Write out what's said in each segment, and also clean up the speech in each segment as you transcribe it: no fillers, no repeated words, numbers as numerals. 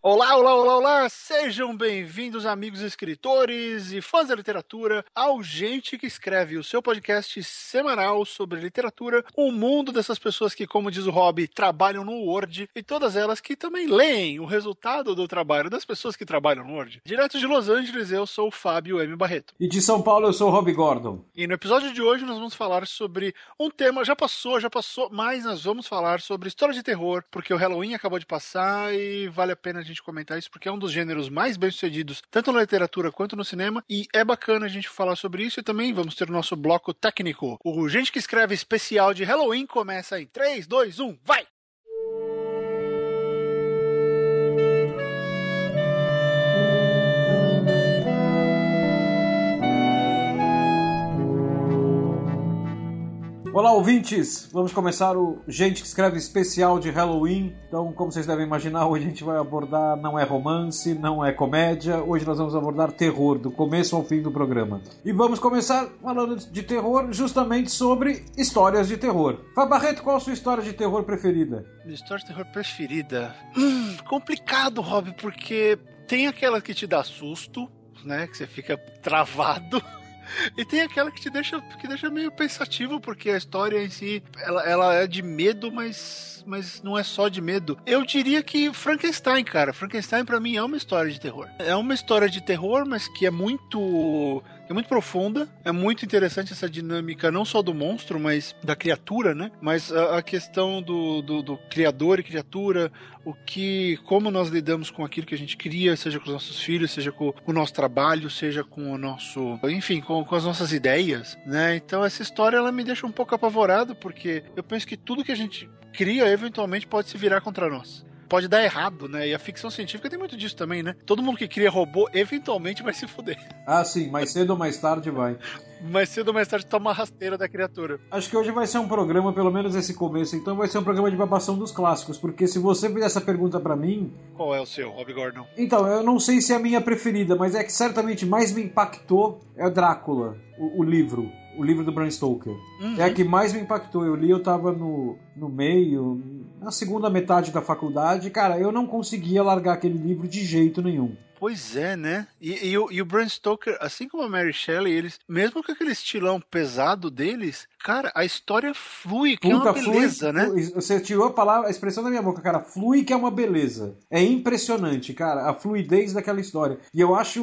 Olá, olá, olá, olá! Sejam bem-vindos, amigos escritores e fãs da literatura, ao Gente que Escreve, o seu podcast semanal sobre literatura, o mundo dessas pessoas que, como diz o Rob, trabalham no Word e todas elas que também leem o resultado do trabalho das pessoas que trabalham no Word. Direto de Los Angeles, eu sou o Fábio M. Barreto. E de São Paulo, eu sou o Rob Gordon. E no episódio de hoje nós vamos falar sobre um tema, já passou, mas nós vamos falar sobre história de terror, porque o Halloween acabou de passar e vale a pena a gente comentar isso, porque é um dos gêneros mais bem-sucedidos, tanto na literatura quanto no cinema, e é bacana a gente falar sobre isso, e também vamos ter o nosso bloco técnico. O Gente que Escreve especial de Halloween começa em 3, 2, 1, vai! Olá, ouvintes! Vamos começar o Gente que Escreve especial de Halloween. Então, como vocês devem imaginar, hoje a gente vai abordar, não é romance, não é comédia, hoje nós vamos abordar terror, do começo ao fim do programa. E vamos começar falando de terror, justamente sobre histórias de terror. Fábio Barreto, qual a sua história de terror preferida? Minha história de terror preferida? Complicado, Rob, porque tem aquela que te dá susto, né, que você fica travado. E tem aquela que deixa meio pensativo, porque a história em si, ela é de medo, mas não é só de medo. Eu diria que Frankenstein, cara. Frankenstein pra mim é uma história de terror. É uma história de terror, mas que é muito profunda. É muito interessante essa dinâmica, não só do monstro, mas da criatura, né? Mas a questão do criador e criatura, como nós lidamos com aquilo que a gente cria, seja com os nossos filhos, seja com o nosso trabalho, seja com o nosso... Enfim, com as nossas ideias, né? Então essa história, ela me deixa um pouco apavorado, porque eu penso que tudo que a gente cria, eventualmente, pode se virar contra nós. Pode dar errado, né? E a ficção científica tem muito disso também, né? Todo mundo que cria robô, eventualmente vai se fuder. Ah, sim, mais cedo ou mais tarde vai. Mais cedo ou mais tarde toma a rasteira da criatura. Acho que hoje vai ser um programa, pelo menos esse começo, então vai ser um programa de babação dos clássicos, porque se você fizer essa pergunta pra mim... Qual é o seu, Rob Gordon? Então, eu não sei se é a minha preferida, mas é que certamente mais me impactou é o Drácula, o livro do Bram Stoker. Uhum. É a que mais me impactou. Eu li, eu tava no meio, na segunda metade da faculdade. Cara, eu não conseguia largar aquele livro de jeito nenhum. Pois é, né? E o Bram Stoker, assim como a Mary Shelley, eles, mesmo com aquele estilão pesado deles, cara, a história flui, que é uma beleza, né? Você tirou a expressão da minha boca, cara. Flui, que é uma beleza. É impressionante, cara, a fluidez daquela história. E eu acho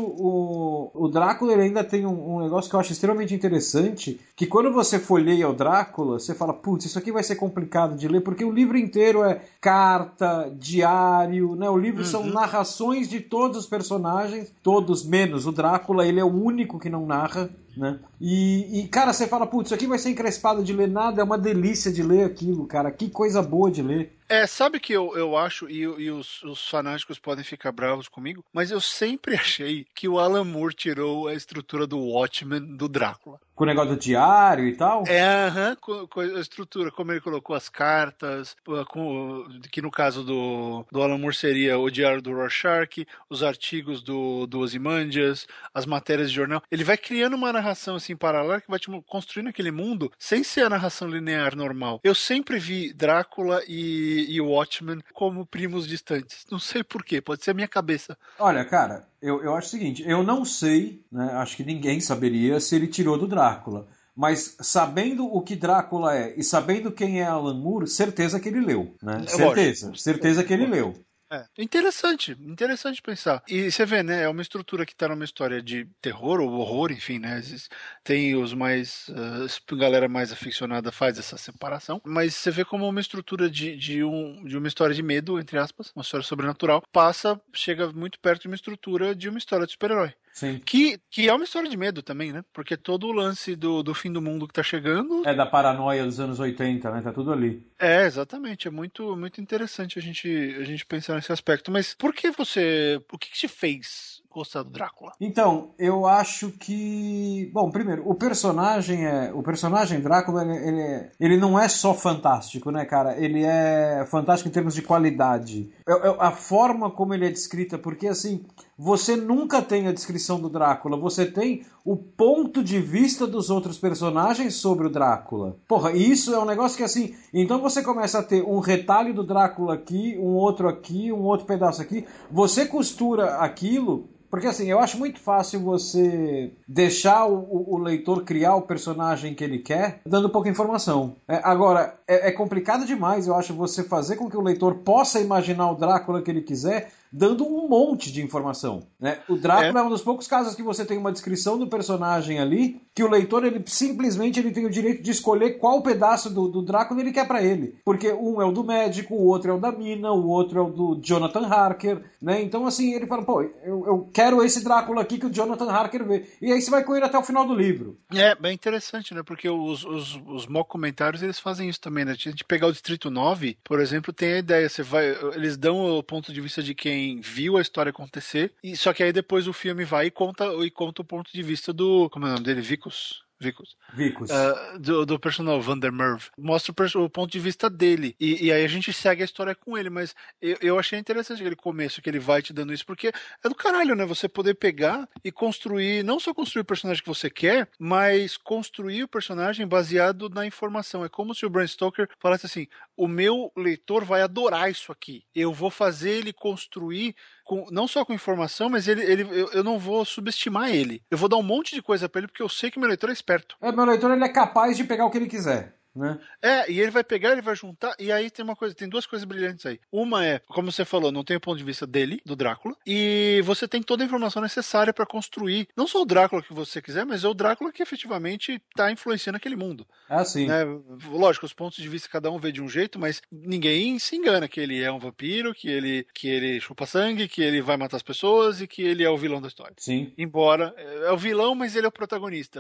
o Drácula, ele ainda tem um negócio que eu acho extremamente interessante, que quando você folheia o Drácula, você fala, putz, isso aqui vai ser complicado de ler, porque o livro inteiro é carta, diário, né? O livro são narrações de todos os personagens, todos menos o Drácula, ele é o único que não narra, né? E cara, você fala, putz, isso aqui vai ser encrespado de ler, nada, é uma delícia de ler aquilo, cara, que coisa boa de ler. Sabe que eu acho, e os fanáticos podem ficar bravos comigo, mas eu sempre achei que o Alan Moore tirou a estrutura do Watchmen do Drácula. Com o negócio do diário e tal? Com a estrutura, como ele colocou as cartas, que no caso do Alan Moore seria o diário do Rorschach, os artigos do Ozymandias, as matérias de jornal. Ele vai criando uma narração assim paralela que vai te construindo aquele mundo sem ser a narração linear normal. Eu sempre vi Drácula e o Watchmen como primos distantes. Não sei porquê, pode ser a minha cabeça. Olha, cara, eu acho o seguinte, eu não sei, né, acho que ninguém saberia se ele tirou do Drácula, mas sabendo o que Drácula é e sabendo quem é Alan Moore, certeza que ele leu, né? Certeza que ele leu. Interessante pensar. E você vê, né, é uma estrutura que tá numa história de terror ou horror, enfim, né, tem os mais, galera mais aficionada faz essa separação, mas você vê como uma estrutura de uma história de medo, entre aspas, uma história sobrenatural, chega muito perto de uma estrutura de uma história de super-herói. Sim. Que é uma história de medo também, né? Porque todo o lance do fim do mundo que tá chegando... É da paranoia dos anos 80, né? Tá tudo ali. Exatamente. É muito interessante a gente pensar nesse aspecto. Mas por que o que te fez gostar do Drácula? Então, eu acho que... Bom, primeiro, o personagem Drácula, ele não é só fantástico, né, cara? Ele é fantástico em termos de qualidade. A forma como ele é descrita, porque, assim, você nunca tem a descrição do Drácula, você tem o ponto de vista dos outros personagens sobre o Drácula. Porra, isso é um negócio que, assim... Então você começa a ter um retalho do Drácula aqui, um outro pedaço aqui. Você costura aquilo... Porque assim, eu acho muito fácil você deixar o leitor criar o personagem que ele quer, dando pouca informação. Agora, é complicado demais, eu acho, você fazer com que o leitor possa imaginar o Drácula que ele quiser, dando um monte de informação. Né? O Drácula é um dos poucos casos que você tem uma descrição do personagem ali, que o leitor ele simplesmente ele tem o direito de escolher qual pedaço do Drácula ele quer pra ele. Porque um é o do médico, o outro é o da mina, o outro é o do Jonathan Harker. Né? Então assim, ele fala, pô, eu quero esse Drácula aqui que o Jonathan Harker vê. E aí você vai com ele até o final do livro. É, bem interessante, né? Porque os mockumentários, eles fazem isso também, né? Se a gente pegar o Distrito 9, por exemplo, tem a ideia, eles dão o ponto de vista de quem viu a história acontecer, e só que aí depois o filme vai e conta o ponto de vista do, como é o nome dele? Vicus. Do personal Van Merve. Mostra o ponto de vista dele. E aí a gente segue a história com ele. Mas eu achei interessante aquele começo que ele vai te dando isso, porque é do caralho, né? Você poder pegar e construir, não só construir o personagem que você quer, mas construir o personagem baseado na informação. É como se o Bram Stoker falasse assim: o meu leitor vai adorar isso aqui. Eu vou fazer ele construir não só com informação, mas eu não vou subestimar ele. Eu vou dar um monte de coisa pra ele, porque eu sei que meu leitor é esperto. Meu leitor ele é capaz de pegar o que ele quiser. Né? E ele vai pegar, ele vai juntar, e aí tem duas coisas brilhantes aí. Uma é, como você falou, não tem o ponto de vista dele, do Drácula, e você tem toda a informação necessária para construir, não só o Drácula que você quiser, mas é o Drácula que efetivamente tá influenciando aquele mundo. Sim. Né? Lógico, os pontos de vista cada um vê de um jeito, mas ninguém se engana que ele é um vampiro, que ele chupa sangue, que ele vai matar as pessoas e que ele é o vilão da história. Sim. Embora, é o vilão, mas ele é o protagonista.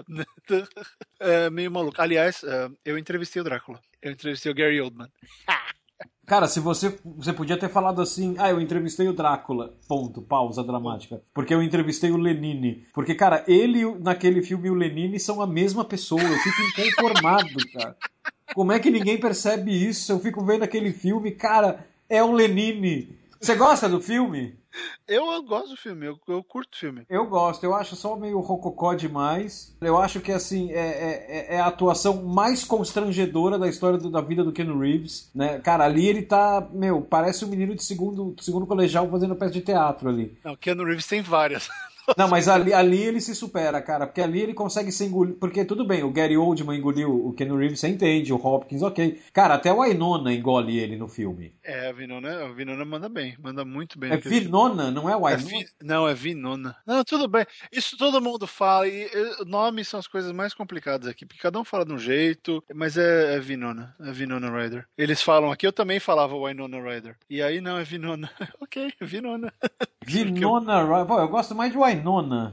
É meio maluco. Aliás, eu entrevistei o Drácula. Eu entrevistei o Gary Oldman. Cara, se você podia ter falado assim, eu entrevistei o Drácula, ponto, pausa dramática. Porque eu entrevistei o Lenine. Porque, cara, ele naquele filme e o Lenine são a mesma pessoa. Eu fico inconformado, cara. Como é que ninguém percebe isso? Eu fico vendo aquele filme, cara, é o Lenine. Você gosta do filme? Eu gosto do filme, eu curto o filme. Eu gosto, eu acho só meio rococó demais. Eu acho que, assim, é a atuação mais constrangedora da história da vida do Keanu Reeves, né? Cara, ali ele tá, parece um menino de segundo colegial fazendo peça de teatro ali. Não, o Keanu Reeves tem várias. Não, mas ali ele se supera, cara, porque ali ele consegue se engolir, porque tudo bem, o Gary Oldman engoliu o Keanu Reeves, você entende, o Hopkins, ok. Cara, até o Winona engole ele no filme. A Winona manda bem, manda muito bem. É Vinona, filme. Não é Winona? Não, é Vinona. Não, tudo bem, isso todo mundo fala, e nomes são as coisas mais complicadas aqui, porque cada um fala de um jeito, mas é Vinona Ryder. Eles falam aqui, eu também falava Winona Ryder, e aí não, é Vinona. Ok, Vinona. Vinona Ryder, pô, eu gosto mais de Winona.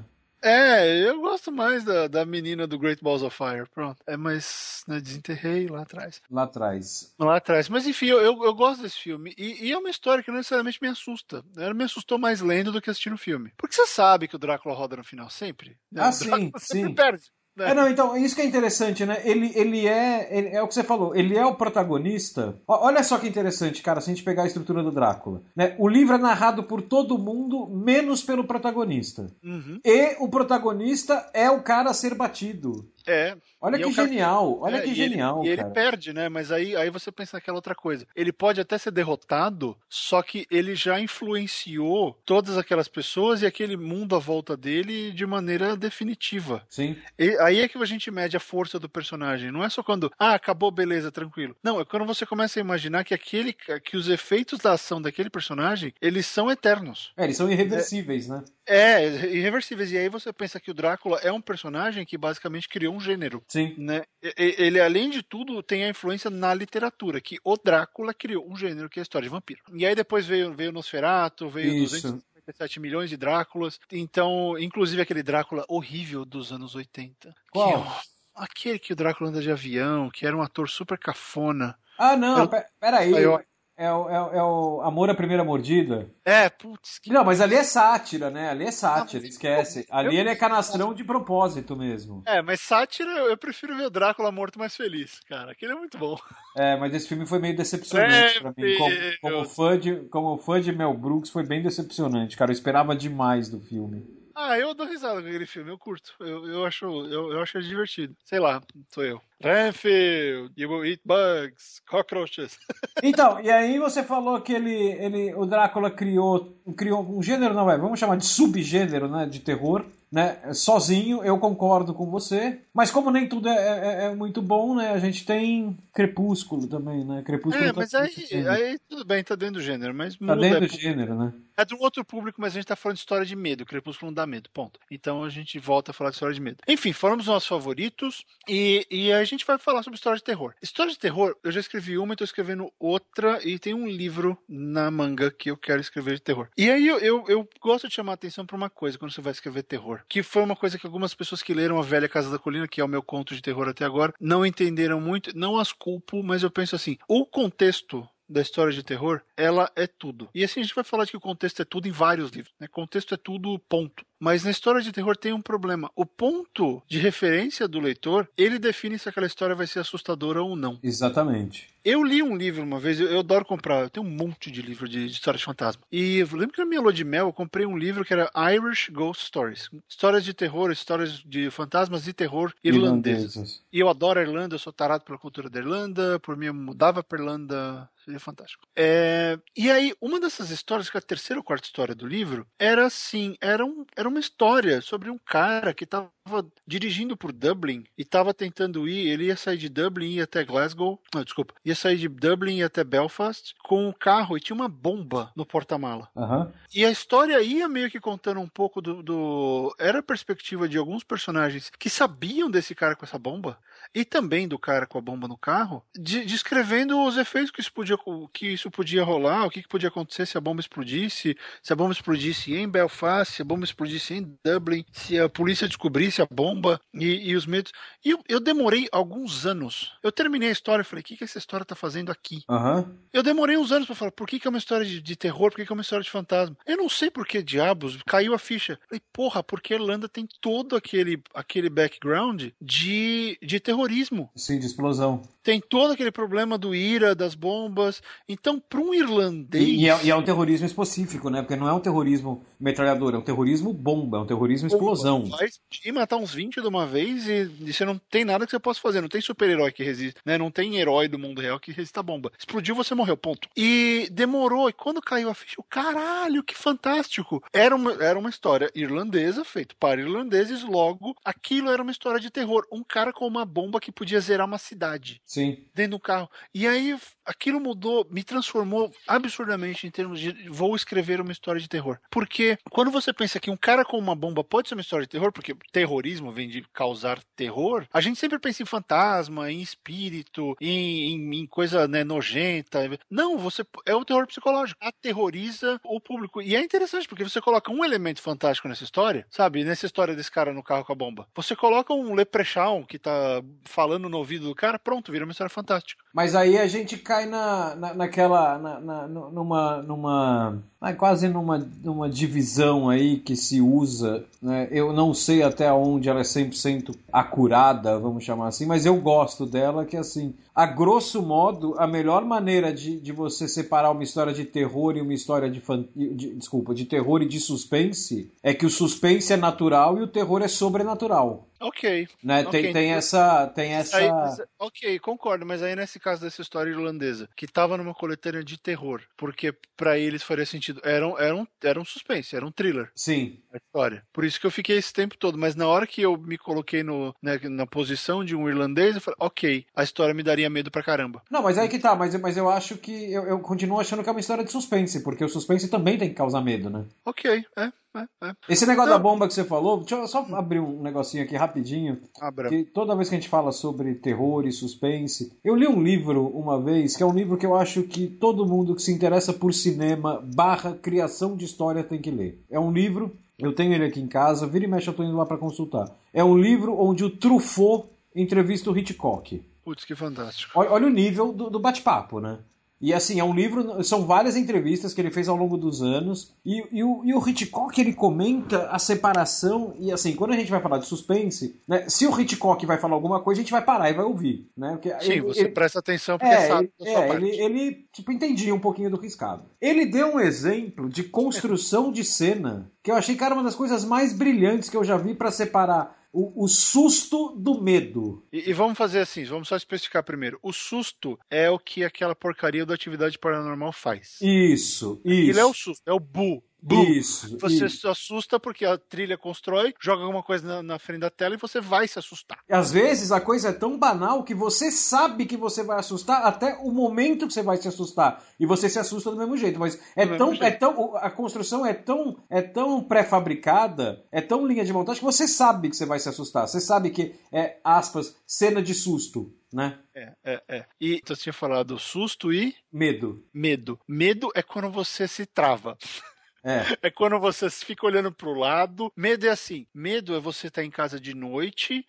Eu gosto mais da menina do Great Balls of Fire. Pronto. Mas desenterrei lá atrás. Lá atrás. Mas enfim, eu gosto desse filme. E é uma história que não necessariamente me assusta. Ela me assustou mais lendo do que assistindo o filme. Porque você sabe que o Drácula roda no final sempre. Né? Sim. Sempre perde. Não, então, isso que é interessante, né? Ele é o que você falou, ele é o protagonista. Olha só que interessante, cara, se a gente pegar a estrutura do Drácula. Né? O livro é narrado por todo mundo, menos pelo protagonista. Uhum. E o protagonista é o cara a ser batido. Olha que genial, olha que genial. E ele perde, né? Mas aí você pensa naquela outra coisa. Ele pode até ser derrotado, só que ele já influenciou todas aquelas pessoas e aquele mundo à volta dele de maneira definitiva. Sim. E aí é que a gente mede a força do personagem. Não é só quando, acabou, beleza, tranquilo. Não, é quando você começa a imaginar que os efeitos da ação daquele personagem, eles são eternos. Eles são irreversíveis, né? Irreversíveis. E aí você pensa que o Drácula é um personagem que basicamente criou um gênero. Sim. Né? Ele, além de tudo, tem a influência na literatura, que o Drácula criou um gênero que é a história de vampiro. E aí depois veio Nosferatu, veio 257 milhões de Dráculas. Então, inclusive aquele Drácula horrível dos anos 80. Qual? Aquele que o Drácula anda de avião, que era um ator super cafona. Não, peraí. É o Amor à Primeira Mordida. Putz. Não, mas ali é sátira, né? Ali é sátira, esquece. Ali ele é canastrão de propósito mesmo. Mas sátira, eu prefiro ver o Drácula morto mais feliz, cara. Aquele é muito bom. Mas esse filme foi meio decepcionante pra mim. Meu Como fã de Mel Brooks, foi bem decepcionante, cara. Eu esperava demais do filme. Eu dou risada com aquele filme, eu curto. Eu acho ele divertido. Sei lá, sou eu. Renfield, you will eat bugs, cockroaches. Então, e aí você falou que o Drácula criou um gênero, não é? Vamos chamar de subgênero, né, de terror, né? Sozinho, eu concordo com você. Mas como nem tudo é muito bom, né? A gente tem Crepúsculo também, né? Crepúsculo Mas aí tudo bem, tá dentro do gênero, mas tá muda. dentro do gênero, né? É de um outro público, mas a gente tá falando de história de medo. Crepúsculo não dá medo, ponto. Então a gente volta a falar de história de medo. Enfim, falamos dos nossos favoritos e a gente vai falar sobre história de terror. História de terror, eu já escrevi uma e tô escrevendo outra e tem um livro na manga que eu quero escrever de terror. E aí eu gosto de chamar a atenção pra uma coisa quando você vai escrever terror, que foi uma coisa que algumas pessoas que leram A Velha Casa da Colina, que é o meu conto de terror até agora, não entenderam muito, não as culpo, mas eu penso assim, o contexto da história de terror, ela é tudo. E assim, a gente vai falar de que o contexto é tudo em vários livros, né? Contexto é tudo, ponto. Mas na história de terror tem um problema. O ponto de referência do leitor, ele define se aquela história vai ser assustadora ou não. Exatamente. Eu li um livro uma vez, eu adoro comprar, eu tenho um monte de livro de história de fantasma. E eu lembro que na minha lua de mel eu comprei um livro que era Irish Ghost Stories. Histórias de terror, histórias de fantasmas de terror irlandesas. E eu adoro a Irlanda, eu sou tarado pela cultura da Irlanda, por mim eu mudava pra Irlanda, seria fantástico. E aí, uma dessas histórias, que é a terceira ou quarta história do livro, era assim, era uma história sobre um cara que estava dirigindo por Dublin e estava tentando ele ia sair de Dublin e ir até Glasgow, ia sair de Dublin e ir até Belfast com o carro e tinha uma bomba no porta-mala. Uhum. E a história ia meio que contando um pouco era a perspectiva de alguns personagens que sabiam desse cara com essa bomba e também do cara com a bomba no carro, descrevendo os efeitos que isso podia rolar, o que podia acontecer se a bomba explodisse em Belfast, se a bomba explodisse em Dublin, se a polícia descobrisse a bomba e os medos. E eu demorei alguns anos. Eu terminei a história e falei, o que essa história tá fazendo aqui? Uhum. Eu demorei uns anos pra falar, por que é uma história de terror, por que é uma história de fantasma? Eu não sei por que diabos, caiu a ficha. Falei, porra, porque a Irlanda tem todo aquele background de terrorismo. Sim, de explosão. Tem todo aquele problema do IRA, das bombas. Então, para um irlandês... E é um terrorismo específico, né? Porque não é um terrorismo metralhadora, é um terrorismo bomba, é um terrorismo explosão. Vai matar uns 20 de uma vez e você não tem nada que você possa fazer. Não tem super-herói que resiste, né? Não tem herói do mundo real que resista à bomba. Explodiu, você morreu, ponto. E demorou. E quando caiu a ficha, caralho, que fantástico. Era uma história irlandesa, feita para irlandeses, logo, aquilo era uma história de terror. Um cara com uma bomba que podia zerar uma cidade. Sim. Dentro do carro. E aí, aquilo mudou, me transformou absurdamente em termos de vou escrever uma história de terror. Porque quando você pensa que um cara com uma bomba pode ser uma história de terror, porque terrorismo vem de causar terror, a gente sempre pensa em fantasma, em espírito, em coisa, né, nojenta. Não, é o terror psicológico. Aterroriza o público. E é interessante, porque você coloca um elemento fantástico nessa história, sabe? Nessa história desse cara no carro com a bomba. Você coloca um leprechaun que tá falando no ouvido do cara, pronto, vira uma história fantástica. Mas aí a gente cai quase numa divisão aí que se usa, né? Eu não sei até onde ela é 100% acurada, vamos chamar assim, mas eu gosto dela, que assim, a grosso modo, a melhor maneira de você separar uma história de terror e uma história de terror e de suspense é que o suspense é natural e o terror é sobrenatural. Ok. Né? Okay. Tem essa... Ok, concordo, mas aí nesse caso dessa história irlandesa, que tava numa coletânea de terror, porque pra eles faria sentido, era um suspense, era um thriller. Sim. A história. Por isso que eu fiquei esse tempo todo, mas na hora que eu me coloquei na posição de um irlandês, eu falei, ok, a história me daria medo pra caramba. Não, mas aí que tá, mas eu acho que, eu continuo achando que é uma história de suspense, porque o suspense também tem que causar medo, né? Ok, Esse negócio da bomba que você falou, deixa eu só abrir um negocinho aqui rapidinho. Que toda vez que a gente fala sobre terror e suspense, eu li um livro uma vez, que é um livro que eu acho que todo mundo que se interessa por cinema / criação de história tem que ler. É um livro, eu tenho ele aqui em casa, vira e mexe eu tô indo lá pra consultar. É um livro onde o Truffaut entrevista o Hitchcock. Putz, que fantástico. Olha o nível do bate-papo, né? E assim, é um livro, são várias entrevistas que ele fez ao longo dos anos, e o Hitchcock, ele comenta a separação, e assim, quando a gente vai falar de suspense, né, se o Hitchcock vai falar alguma coisa, a gente vai parar e vai ouvir, né? Porque Sim, você presta atenção porque sabe da sua parte. Ele tipo, entendia um pouquinho do riscado. Ele deu um exemplo de construção de cena, que eu achei, cara, uma das coisas mais brilhantes que eu já vi pra separar o susto do medo. E vamos fazer assim, vamos só especificar primeiro. O susto é o que aquela porcaria da Atividade Paranormal faz. Isso. Ele é o susto, é o bu. Isso. Você se assusta porque a trilha constrói, joga alguma coisa na frente da tela e você vai se assustar. Às vezes a coisa é tão banal que você sabe que você vai assustar até o momento que você vai se assustar. E você se assusta do mesmo jeito. Mas a construção é tão pré-fabricada, é tão linha de montagem que você sabe que você vai se assustar. Você sabe que é, aspas, cena de susto. Né? E você tinha falado susto e... Medo. Medo é quando você se trava. É quando você fica olhando pro lado. Medo é assim. Medo é você estar em casa de noite,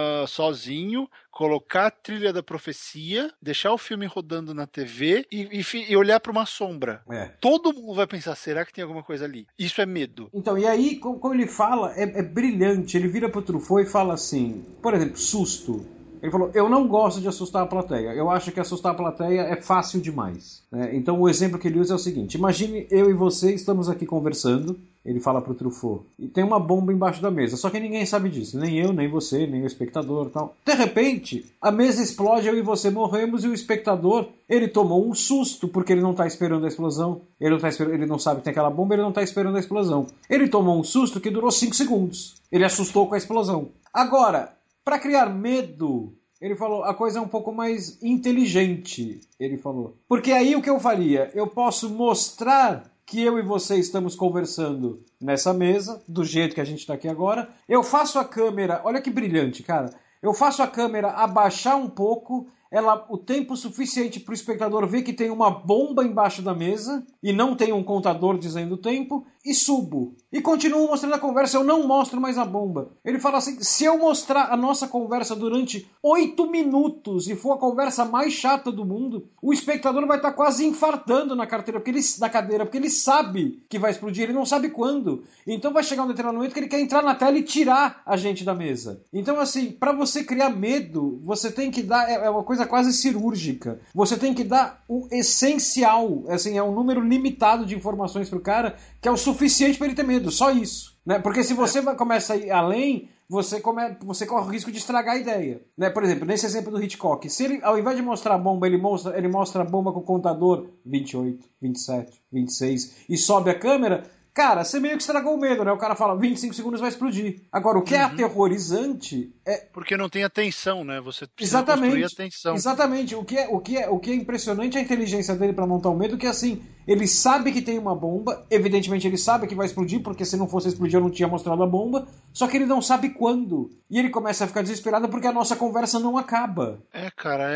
sozinho, colocar a trilha da profecia, deixar o filme rodando na TV e olhar para uma sombra. Todo mundo vai pensar, será que tem alguma coisa ali? Isso é medo. Então, e aí, como ele fala, é brilhante. Ele vira pro Truffaut e fala assim, por exemplo, susto. Ele falou, eu não gosto de assustar a plateia. Eu acho que assustar a plateia é fácil demais. Então o exemplo que ele usa é o seguinte. Imagine eu e você estamos aqui conversando. Ele fala pro Truffaut. E tem uma bomba embaixo da mesa. Só que ninguém sabe disso. Nem eu, nem você, nem o espectador. Tal. De repente, a mesa explode, eu e você morremos. E o espectador, ele tomou um susto. Porque ele não tá esperando a explosão. Ele não sabe que tem aquela bomba. Ele não tá esperando a explosão. Ele tomou um susto que durou 5 segundos. Ele assustou com a explosão. Agora... Para criar medo, ele falou, a coisa é um pouco mais inteligente, ele falou. Porque aí o que eu faria? Eu posso mostrar que eu e você estamos conversando nessa mesa, do jeito que a gente está aqui agora. Eu faço a câmera, olha que brilhante, cara. Eu faço a câmera abaixar um pouco, o tempo suficiente para o espectador ver que tem uma bomba embaixo da mesa e não tem um contador dizendo o tempo, e subo. E continuo mostrando a conversa, eu não mostro mais a bomba. Ele fala assim, se eu mostrar a nossa conversa durante 8 minutos e for a conversa mais chata do mundo, o espectador vai estar quase infartando na cadeira, porque ele sabe que vai explodir, ele não sabe quando. Então vai chegar um determinado momento que ele quer entrar na tela e tirar a gente da mesa. Então assim, para você criar medo, você tem que dar, é uma coisa quase cirúrgica. Você tem que dar o essencial, assim, é um número limitado de informações pro cara, que é o suficiente para ele ter medo, só isso. Né? Porque se você começa a ir além, você corre o risco de estragar a ideia. Né? Por exemplo, nesse exemplo do Hitchcock, se ele, ao invés de mostrar a bomba, ele mostra a bomba com o contador 28, 27, 26 e sobe a câmera... Cara, você meio que estragou o medo, né? O cara fala, 25 segundos vai explodir. Agora, o que é aterrorizante é... Porque não tem atenção, né? Você precisa construir atenção. Exatamente. O que é impressionante é a inteligência dele para montar o medo, que é assim, ele sabe que tem uma bomba, evidentemente ele sabe que vai explodir, porque se não fosse explodir eu não tinha mostrado a bomba, só que ele não sabe quando. E ele começa a ficar desesperado porque a nossa conversa não acaba. Cara,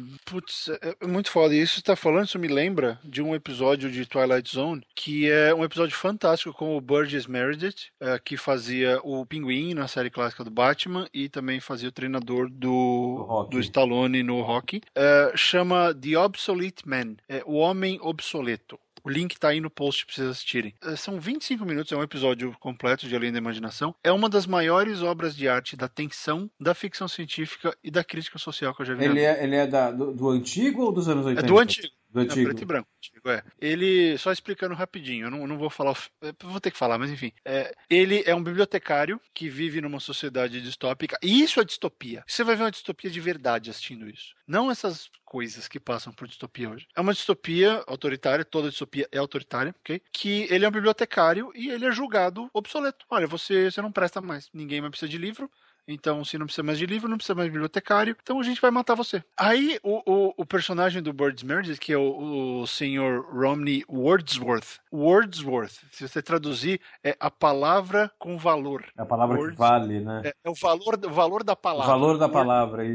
Putz, é muito foda. E isso que você tá falando, isso me lembra de um episódio de Twilight Zone, que é um episódio fantástico com o Burgess Meredith, que fazia o Pinguim na série clássica do Batman e também fazia o treinador do Stallone no Rocky. Chama The Obsolete Man, o Homem Obsoleto. O link tá aí no post pra vocês assistirem. São 25 minutos, é um episódio completo de Além da Imaginação. É uma das maiores obras de arte da tensão, da ficção científica e da crítica social que eu já vi. Ele é do antigo ou dos anos 80? É do antigo. Do antigo. Preto e branco. Ele, só explicando rapidinho, eu não vou falar, vou ter que falar, mas enfim. Ele é um bibliotecário que vive numa sociedade distópica, e isso é distopia. Você vai ver uma distopia de verdade assistindo isso. Não essas coisas que passam por distopia hoje. É uma distopia autoritária, toda distopia é autoritária, ok? Que ele é um bibliotecário e ele é julgado obsoleto. Olha, você não presta mais, ninguém mais precisa de livro. Então, se não precisa mais de livro, não precisa mais de bibliotecário, então a gente vai matar você. Aí, o personagem do Burgess Meredith, que é o Sr. Romney Wordsworth. Wordsworth, se você traduzir, é a palavra com valor. É a palavra que vale, né? É o valor da palavra. O valor da palavra, isso.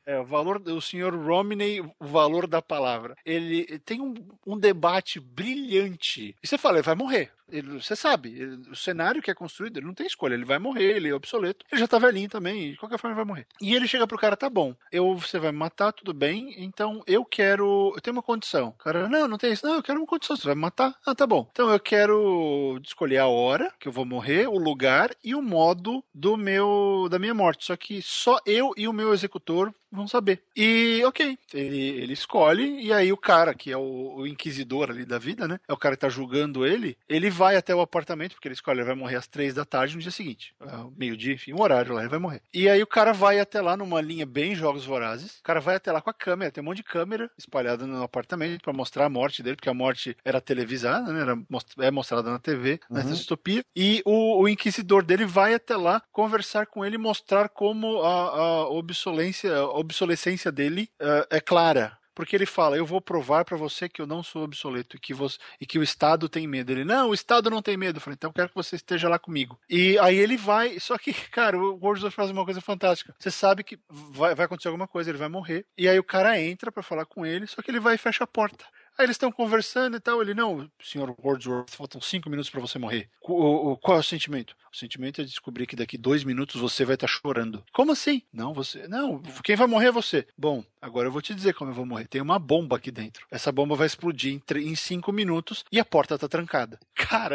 O senhor Romney, o valor da palavra. Ele tem um debate brilhante. E você fala, ele vai morrer. Você sabe, o cenário que é construído, ele não tem escolha, ele vai morrer, ele é obsoleto. Ele já tá velhinho também, e de qualquer forma ele vai morrer. E ele chega pro cara, tá bom, você vai me matar, tudo bem, então eu tenho uma condição. O cara, não tem isso. Não, eu quero uma condição, você vai me matar? Ah, tá bom. Então eu quero escolher a hora que eu vou morrer, o lugar e o modo da minha morte. Só que só eu e o meu executor vão saber. E, ok, ele escolhe, e aí o cara, que é o inquisidor ali da vida, né? É o cara que tá julgando ele vai até o apartamento, porque ele escolhe, ele vai morrer às 3 da tarde no dia seguinte. Meio-dia, enfim, um horário lá, ele vai morrer. E aí o cara vai até lá numa linha bem Jogos Vorazes, o cara vai até lá com a câmera, tem um monte de câmera espalhada no apartamento pra mostrar a morte dele, porque a morte era televisada, né? É mostrada na TV, nessa distopia, e o inquisidor dele vai até lá conversar com ele e mostrar como a obsolescência dele é clara. Porque ele fala, eu vou provar pra você que eu não sou obsoleto e que o Estado tem medo. Ele, não, o Estado não tem medo. Eu falei, então eu quero que você esteja lá comigo. E aí ele vai, só que, cara, o Wordsworth faz uma coisa fantástica. Você sabe que vai acontecer alguma coisa, ele vai morrer. E aí o cara entra pra falar com ele, só que ele vai e fecha a porta. Aí eles estão conversando e tal. Ele, não, senhor Wordsworth, faltam 5 minutos pra você morrer. Qual é o sentimento? O sentimento é descobrir que daqui 2 minutos você vai estar chorando. Como assim? Não, quem vai morrer é você. Bom, agora eu vou te dizer como eu vou morrer. Tem uma bomba aqui dentro. Essa bomba vai explodir em 5 minutos e a porta tá trancada. Cara,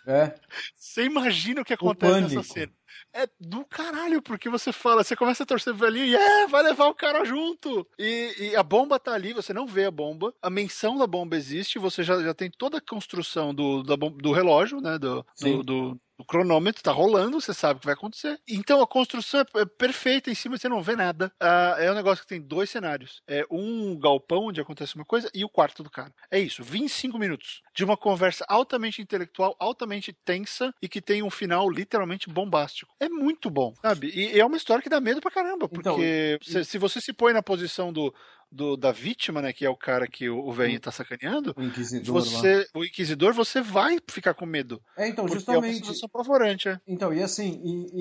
você imagina o que acontece nessa cena. É do caralho, porque você começa a torcer pro velhinho e vai levar o cara junto. E a bomba tá ali, você não vê a bomba, a menção da bomba existe, você já tem toda a construção do relógio, né, do cronômetro, tá rolando, você sabe o que vai acontecer. Então a construção é perfeita em cima, você não vê nada. É um negócio que tem 2 cenários. É um galpão onde acontece uma coisa e o quarto do cara. É isso, 25 minutos de uma conversa altamente intelectual, altamente tensa e que tem um final literalmente bombástico. É muito bom, sabe? E é uma história que dá medo pra caramba, porque se você se põe na posição da vítima, né, que é o cara que o velhinho tá sacaneando, o inquisidor, você vai ficar com medo. Então, justamente. É uma situação apavorante, Então, e assim,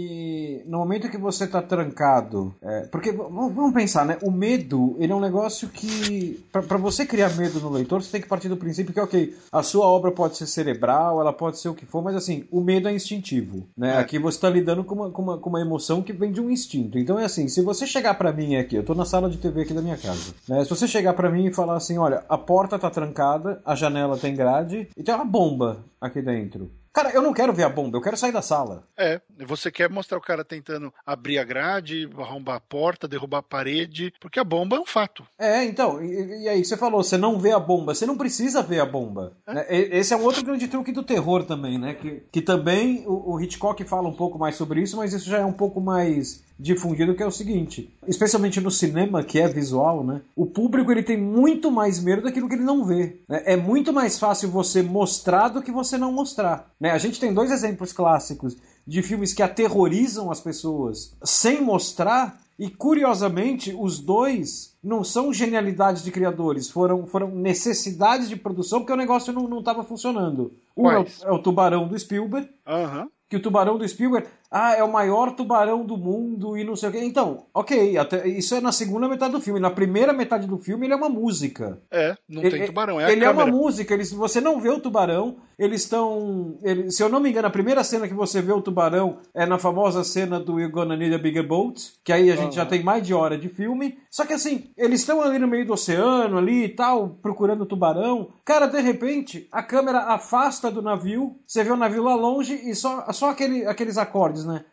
no momento que você tá trancado, porque, vamos pensar, né, o medo, ele é um negócio que, pra você criar medo no leitor, você tem que partir do princípio que, ok, a sua obra pode ser cerebral, ela pode ser o que for, mas assim, o medo é instintivo, né, aqui você tá lidando com uma emoção que vem de um instinto. Então é assim, se você chegar pra mim aqui, eu tô na sala de TV aqui da minha casa, né, se você chegar pra mim e falar assim, olha, a porta tá trancada, a janela tem grade e tem uma bomba aqui dentro. Cara, eu não quero ver a bomba, eu quero sair da sala. Você quer mostrar o cara tentando abrir a grade, arrombar a porta, derrubar a parede, porque a bomba é um fato. Então, e aí você falou, você não vê a bomba, você não precisa ver a bomba. Né? Esse é um outro grande truque do terror também, né? Que também o Hitchcock fala um pouco mais sobre isso, mas isso já é um pouco mais difundido, que é o seguinte, especialmente no cinema, que é visual, né? O público ele tem muito mais medo daquilo que ele não vê. Né? É muito mais fácil você mostrar do que você não mostrar. Né? A gente tem 2 exemplos clássicos de filmes que aterrorizam as pessoas sem mostrar, e curiosamente os 2 não são genialidades de criadores, foram necessidades de produção, porque o negócio não estava funcionando. Um é o Tubarão do Spielberg, que o Tubarão do Spielberg é o maior tubarão do mundo e não sei o quê. Então, ok, isso é na segunda metade do filme. Na primeira metade do filme ele é uma música. Não tem tubarão, é a Ele câmera. É uma música, você não vê o tubarão, eles estão... Se eu não me engano, a primeira cena que você vê o tubarão é na famosa cena do You're Gonna Need a Bigger Boat, que aí a gente já tem mais de hora de filme. Só que assim, eles estão ali no meio do oceano, ali e tal, procurando o tubarão. Cara, de repente, a câmera afasta do navio, você vê o navio lá longe e só aqueles acordes, né?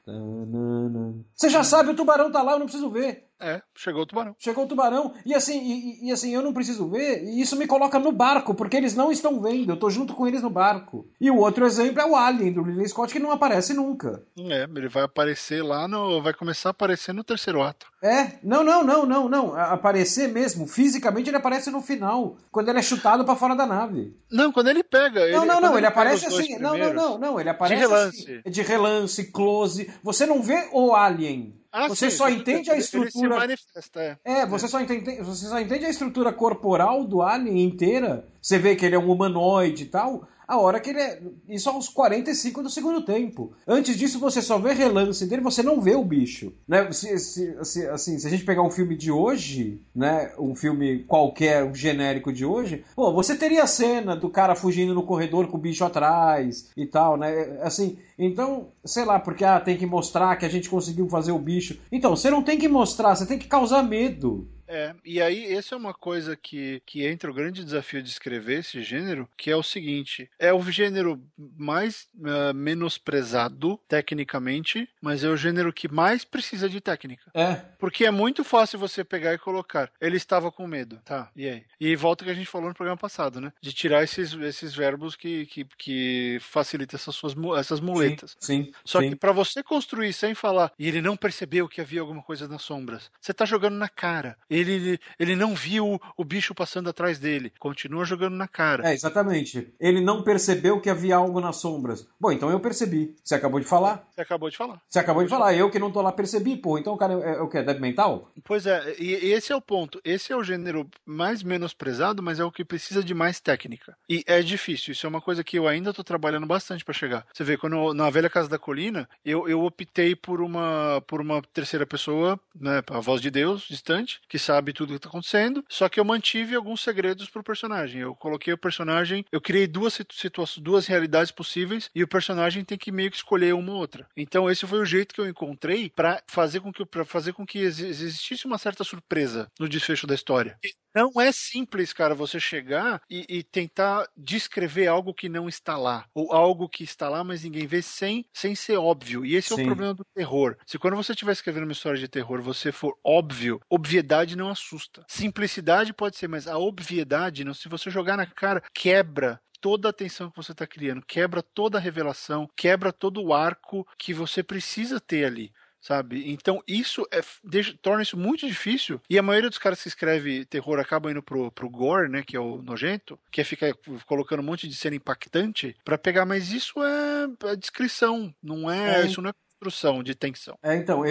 Você já sabe, o tubarão tá lá, eu não preciso ver. Chegou o tubarão. Chegou o tubarão. E assim, eu não preciso ver, e isso me coloca no barco, porque eles não estão vendo, eu tô junto com eles no barco. E o outro exemplo é o Alien, do Ridley Scott, que não aparece nunca. Ele vai aparecer lá, vai começar a aparecer no 3º ato. Não. Aparecer mesmo, fisicamente ele aparece no final, quando ele é chutado pra fora da nave. Não, quando ele pega... Ele aparece assim, não, ele aparece de relance. Assim, de relance, close, você não vê o Alien. Você só entende a estrutura. Ele se manifesta, você só entende a estrutura corporal do Alien inteira você vê que ele é um humanoide e tal, a hora que ele é... Isso aos 45 do segundo tempo. Antes disso, você só vê relance dele, você não vê o bicho. Né? Se a gente pegar um filme de hoje, né? Um filme qualquer, um genérico de hoje, pô, você teria a cena do cara fugindo no corredor com o bicho atrás e tal, né? Assim, então, sei lá, porque tem que mostrar que a gente conseguiu fazer o bicho. Então, você não tem que mostrar, você tem que causar medo. E aí essa é uma coisa que entra o grande desafio de escrever esse gênero, que é o seguinte, é o gênero mais menosprezado tecnicamente, mas é o gênero que mais precisa de técnica. Porque é muito fácil você pegar e colocar, ele estava com medo, tá, e aí? E volta que a gente falou no programa passado, né? De tirar esses verbos que facilitam essas muletas. Sim. Só que pra você construir sem falar, e ele não percebeu que havia alguma coisa nas sombras, você tá jogando na cara. Ele não viu o bicho passando atrás dele. Continua jogando na cara. Exatamente. Ele não percebeu que havia algo nas sombras. Bom, então eu percebi. Você acabou de falar? Você acabou de falar. Você acabou de falar. Eu que não tô lá percebi, pô. Então o cara é o quê? Débil mental? Pois é. E esse é o ponto. Esse é o gênero mais menosprezado, mas é o que precisa de mais técnica. E é difícil. Isso é uma coisa que eu ainda tô trabalhando bastante pra chegar. Você vê, quando na Velha Casa da Colina, eu optei por uma terceira pessoa, né? A voz de Deus, distante, que sabe tudo o que está acontecendo, só que eu mantive alguns segredos pro personagem. Eu coloquei o personagem, eu criei duas realidades possíveis e o personagem tem que meio que escolher uma ou outra. Então esse foi o jeito que eu encontrei para fazer com que existisse uma certa surpresa no desfecho da história. Não é simples, cara, você chegar e tentar descrever algo que não está lá, ou algo que está lá, mas ninguém vê sem ser óbvio. E esse é o problema do terror. Se quando você estiver escrevendo uma história de terror, você for óbvio, obviedade não assusta. Simplicidade pode ser, mas a obviedade, não, se você jogar na cara, quebra toda a tensão que você está criando, quebra toda a revelação, quebra todo o arco que você precisa ter ali. Sabe? Então isso torna isso muito difícil, e a maioria dos caras que escreve terror acabam indo pro gore, né, que é o nojento, que é ficar colocando um monte de cena impactante pra pegar, mas isso é descrição, não é, isso não é construção de tensão. Então,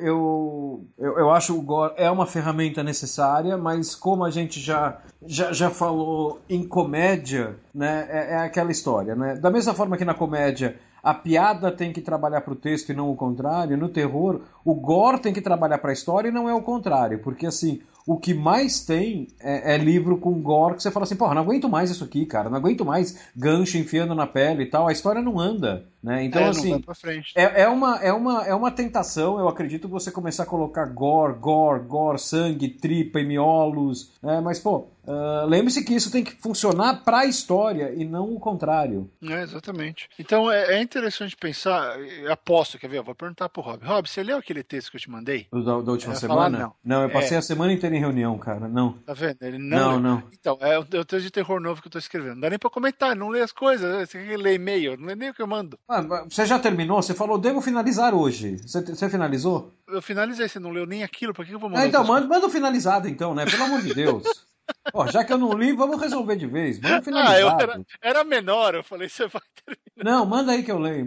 eu acho o gore é uma ferramenta necessária, mas como a gente já falou em comédia, né, é aquela história, né? Da mesma forma que na comédia a piada tem que trabalhar para o texto e não o contrário, no terror o gore tem que trabalhar para a história e não é o contrário, porque assim, o que mais tem é livro com gore que você fala assim, porra, não aguento mais isso aqui, cara, não aguento mais gancho enfiando na pele e tal, a história não anda, né? Então assim, não vai pra frente. É uma tentação, eu acredito, você começar a colocar gore, sangue, tripa e miolos, né? Mas pô, lembre-se que isso tem que funcionar para a história e não o contrário. Exatamente. Então é interessante pensar, aposto, quer ver, eu vou perguntar pro Rob. Rob, você leu aquele texto que eu te mandei? Da última semana? Falar, não, eu passei a semana inteira em reunião, cara, não. Tá vendo? Ele não. Então, é o texto de terror novo que eu tô escrevendo. Não dá nem pra comentar, não lê as coisas, você quer ler e-mail, não lê nem o que eu mando. Você já terminou? Você falou, devo finalizar hoje. Você finalizou? Eu finalizei, você não leu nem aquilo, pra que eu vou mandar? Então, manda o finalizado então, né? Pelo amor de Deus. Já que eu não li, vamos resolver de vez. Manda finalizado. Era menor, eu falei, você vai terminar. Não, manda aí que eu leio.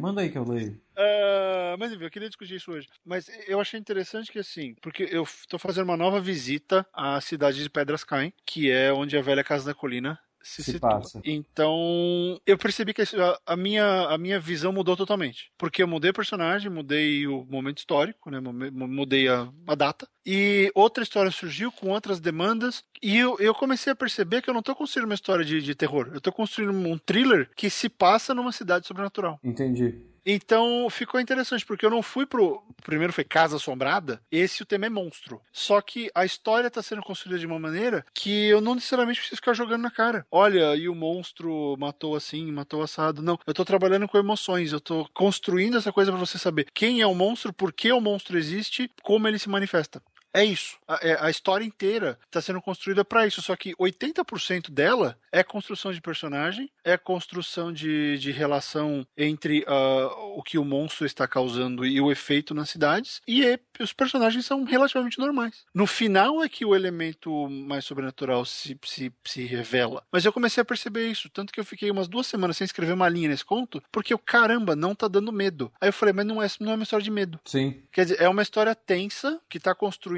Mas enfim, eu queria discutir isso hoje. Mas eu achei interessante que assim, porque eu tô fazendo uma nova visita à cidade de Pedras Caem, que é onde a velha Casa da Colina se passa. Então, eu percebi que a minha visão mudou totalmente. Porque eu mudei o personagem, mudei o momento histórico, né? Mudei a data. E outra história surgiu com outras demandas. E eu comecei a perceber que eu não tô construindo uma história de terror. Eu tô construindo um thriller que se passa numa cidade sobrenatural. Entendi. Então ficou interessante, porque eu não fui primeiro foi Casa Assombrada, o tema é monstro. Só que a história está sendo construída de uma maneira que eu não necessariamente preciso ficar jogando na cara. Olha, e o monstro matou assim, matou assado. Não, eu tô trabalhando com emoções, eu tô construindo essa coisa para você saber quem é o monstro, por que o monstro existe, como ele se manifesta. É isso. A história inteira está sendo construída para isso. Só que 80% dela é construção de personagem, é construção de relação entre o que o monstro está causando e o efeito nas cidades. E os personagens são relativamente normais. No final é que o elemento mais sobrenatural se revela. Mas eu comecei a perceber isso. Tanto que eu fiquei umas 2 semanas sem escrever uma linha nesse conto, porque caramba, não tá dando medo. Aí eu falei, mas não é uma história de medo. Sim. Quer dizer, é uma história tensa que tá construindo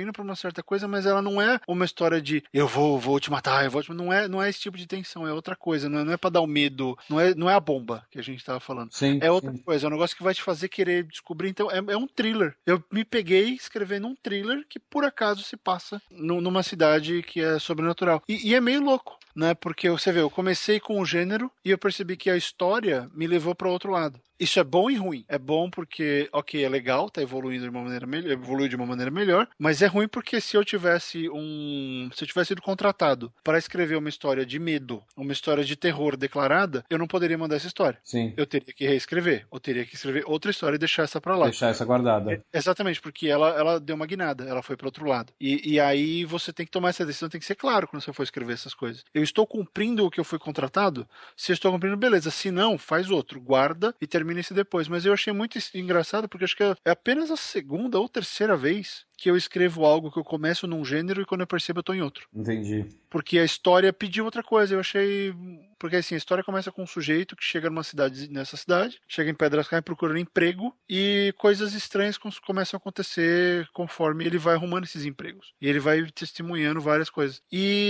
indo pra uma certa coisa, mas ela não é uma história de eu vou te matar, não é esse tipo de tensão, é outra coisa, não é pra dar o medo, não é a bomba que a gente tava falando. Sim, É outra sim. coisa, é um negócio que vai te fazer querer descobrir, então é um thriller. Eu me peguei escrevendo um thriller que por acaso se passa numa cidade que é sobrenatural. E é meio louco, né? Porque você vê, eu comecei com o gênero e eu percebi que a história me levou para outro lado. Isso é bom e ruim. É bom porque, ok, é legal, tá evoluindo de uma maneira melhor, evolui de uma maneira melhor, mas é ruim porque se eu tivesse sido contratado para escrever uma história de medo, uma história de terror declarada, eu não poderia mandar essa história. Sim. Eu teria que reescrever, ou teria que escrever outra história e deixar essa para lá. Deixar essa guardada. Exatamente, porque ela deu uma guinada, ela foi para outro lado. E aí você tem que tomar essa decisão, tem que ser claro quando você for escrever essas coisas. Eu estou cumprindo o que eu fui contratado? Se eu estou cumprindo, beleza. Se não, faz outro. Guarda e termina esse depois. Mas eu achei muito engraçado, porque acho que é apenas a segunda ou terceira vez que eu escrevo algo que eu começo num gênero e quando eu percebo eu tô em outro. Entendi. Porque a história pediu outra coisa. Eu achei... Porque assim, a história começa com um sujeito que chega nessa cidade, chega em Pedras Caem procurando emprego e coisas estranhas começam a acontecer conforme ele vai arrumando esses empregos. E ele vai testemunhando várias coisas.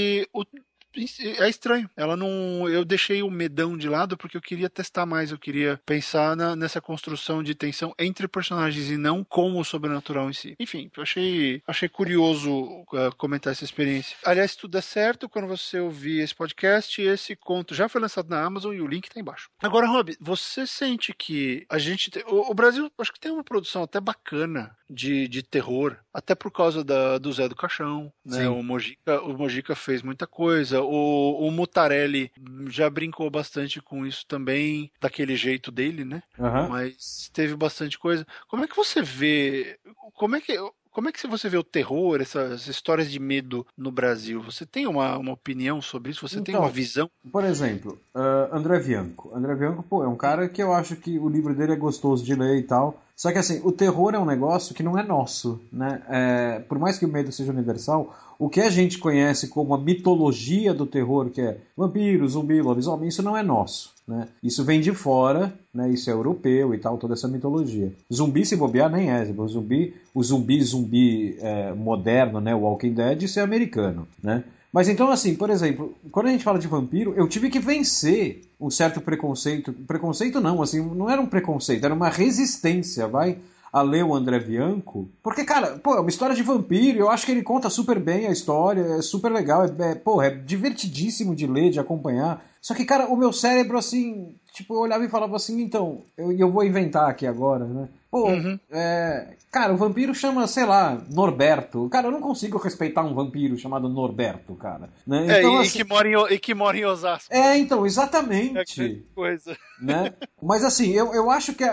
É estranho. Eu deixei o medão de lado porque eu queria testar mais, eu queria pensar nessa construção de tensão entre personagens e não com o sobrenatural em si. Enfim, eu achei curioso comentar essa experiência. Aliás, se tudo der certo, quando você ouvir esse podcast, esse conto já foi lançado na Amazon e o link tá embaixo. Agora, Rob, você sente que a gente... O Brasil, acho que tem uma produção até bacana de terror, até por causa do Zé do Caixão, né? Sim. O Mojica fez muita coisa. O Mutarelli já brincou bastante com isso também, daquele jeito dele, né? Uhum. Mas teve bastante coisa. Como é que você vê... Como é que você vê o terror, essas histórias de medo no Brasil? Você tem uma opinião sobre isso? Você tem uma visão? Por exemplo, André Bianco. André Bianco, pô, é um cara que eu acho que o livro dele é gostoso de ler e tal. Só que assim, o terror é um negócio que não é nosso, né? Por mais que o medo seja universal, o que a gente conhece como a mitologia do terror, que é vampiro, zumbi, lobisomem, isso não é nosso, né? Isso vem de fora, né? Isso é europeu e tal, toda essa mitologia. Zumbi, se bobear, nem é. O zumbi moderno, né? O Walking Dead, isso é americano, né? Mas então, assim, por exemplo, quando a gente fala de vampiro, eu tive que vencer um certo preconceito. Preconceito não, assim, não era um preconceito, era uma resistência, a ler o André Bianco. Porque, cara, pô, é uma história de vampiro, eu acho que ele conta super bem a história, é super legal, é divertidíssimo de ler, de acompanhar. Só que, cara, o meu cérebro, assim, tipo, eu olhava e falava assim, então, eu vou inventar aqui agora, né? Pô, cara, o vampiro chama, sei lá, Norberto. Cara, eu não consigo respeitar um vampiro chamado Norberto, cara. Né? Então, assim, que mora em Osasco. Então, exatamente. É grande coisa. Né? Mas assim, eu acho que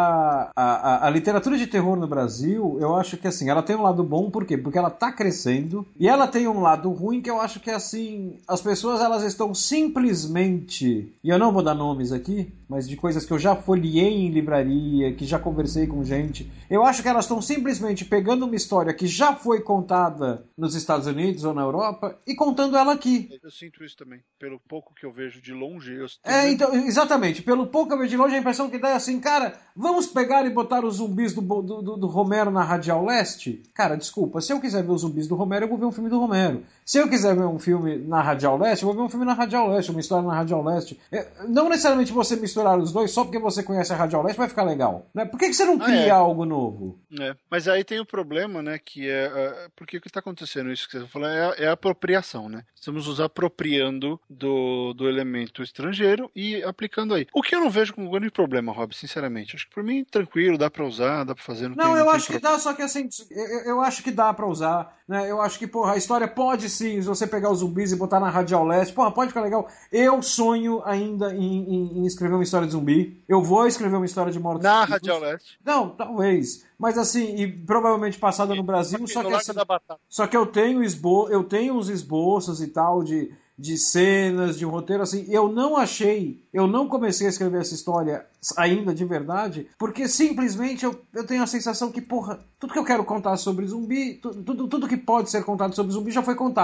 a literatura de terror no Brasil, eu acho que assim, ela tem um lado bom, por quê? Porque ela tá crescendo, e ela tem um lado ruim que eu acho que assim, as pessoas elas estão simplesmente, e eu não vou dar nomes aqui, mas de coisas que eu já folhei em livraria, que já conversei com gente, eu acho que elas estão simplesmente pegando uma história que já foi contada nos Estados Unidos ou na Europa e contando ela aqui. Eu sinto isso também, pelo pouco que eu vejo de longe. Então, exatamente, pelo pouco que eu vejo de longe, a impressão que dá é assim, cara, vamos pegar e botar os zumbis do Romero na Radial Leste? Cara, desculpa, se eu quiser ver os zumbis do Romero, eu vou ver um filme do Romero. Se eu quiser ver um filme na Radial Leste, eu vou ver um filme na Radial Leste, uma história na Radial Leste. Não necessariamente você misturar os dois só porque você conhece a Radial Leste vai ficar legal. Né? Por que você não cria algo novo? Mas aí tem o problema, né, que porque o que está acontecendo, isso que você falou, é a apropriação, né? Estamos nos apropriando do elemento estrangeiro e aplicando aí. O que eu não vejo como grande problema, Rob, sinceramente. Acho que por mim, tranquilo, dá pra usar, dá pra fazer. Eu acho que dá, só que assim, eu acho que dá pra usar, né? Eu acho que, porra, a história pode sim, se você pegar os zumbis e botar na Radial Leste, porra, pode ficar legal. Eu sonho ainda em escrever uma história de zumbi. Eu vou escrever uma história de mortos. Na Radial Leste? Não, talvez. Mas assim, e provavelmente passada no Brasil, só que eu tenho uns esboços e tal de cenas, de um roteiro, assim, eu não comecei a escrever essa história ainda de verdade, porque simplesmente eu tenho a sensação que, porra, tudo que eu quero contar sobre zumbi, tudo que pode ser contado sobre zumbi já foi contado.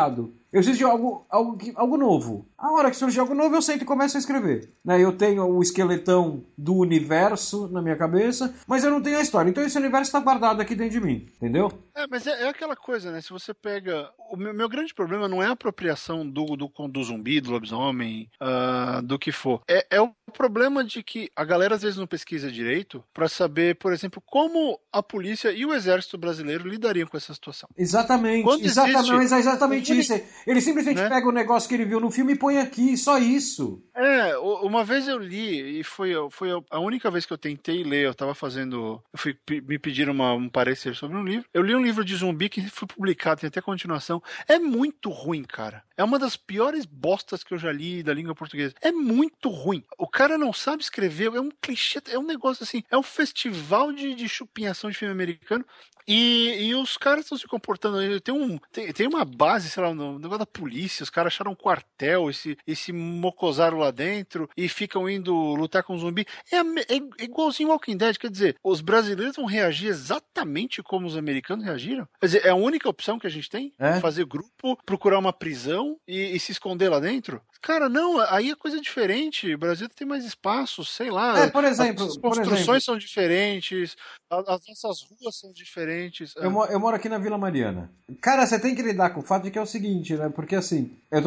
Eu preciso de algo novo. A hora que surge algo novo, eu sento e começo a escrever. Né? Eu tenho o esqueletão do universo na minha cabeça, mas eu não tenho a história. Então esse universo está guardado aqui dentro de mim, entendeu? Mas é aquela coisa, né? Se você pega... O meu grande problema não é a apropriação do zumbi, do lobisomem, do que for. É o problema de que a galera às vezes não pesquisa direito para saber, por exemplo, como a polícia e o exército brasileiro lidariam com essa situação. Exatamente, exatamente isso. Ele simplesmente pega o negócio que ele viu no filme e põe aqui, só isso. Uma vez eu li, e foi a única vez que eu tentei ler, me pediram um parecer sobre um livro. Eu li um livro de zumbi que foi publicado, tem até continuação. É muito ruim, cara. É uma das piores bostas que eu já li da língua portuguesa. É muito ruim. O cara não sabe escrever, é um clichê, é um negócio assim, é um festival de chupinhação de filme americano. E os caras estão se comportando. Tem uma base, sei lá, no negócio da polícia. Os caras acharam um quartel e se mocosaram lá dentro e ficam indo lutar com zumbi. É igualzinho Walking Dead. Quer dizer, os brasileiros vão reagir exatamente como os americanos reagiram. Quer dizer, é a única opção que a gente tem? Fazer grupo, procurar uma prisão e se esconder lá dentro? Cara, não, aí a coisa é diferente. O Brasil tem mais espaço, sei lá. Por exemplo, as construções são diferentes, as nossas ruas são diferentes. Eu moro aqui na Vila Mariana. Cara, você tem que lidar com o fato de que é o seguinte, né? Porque assim, eu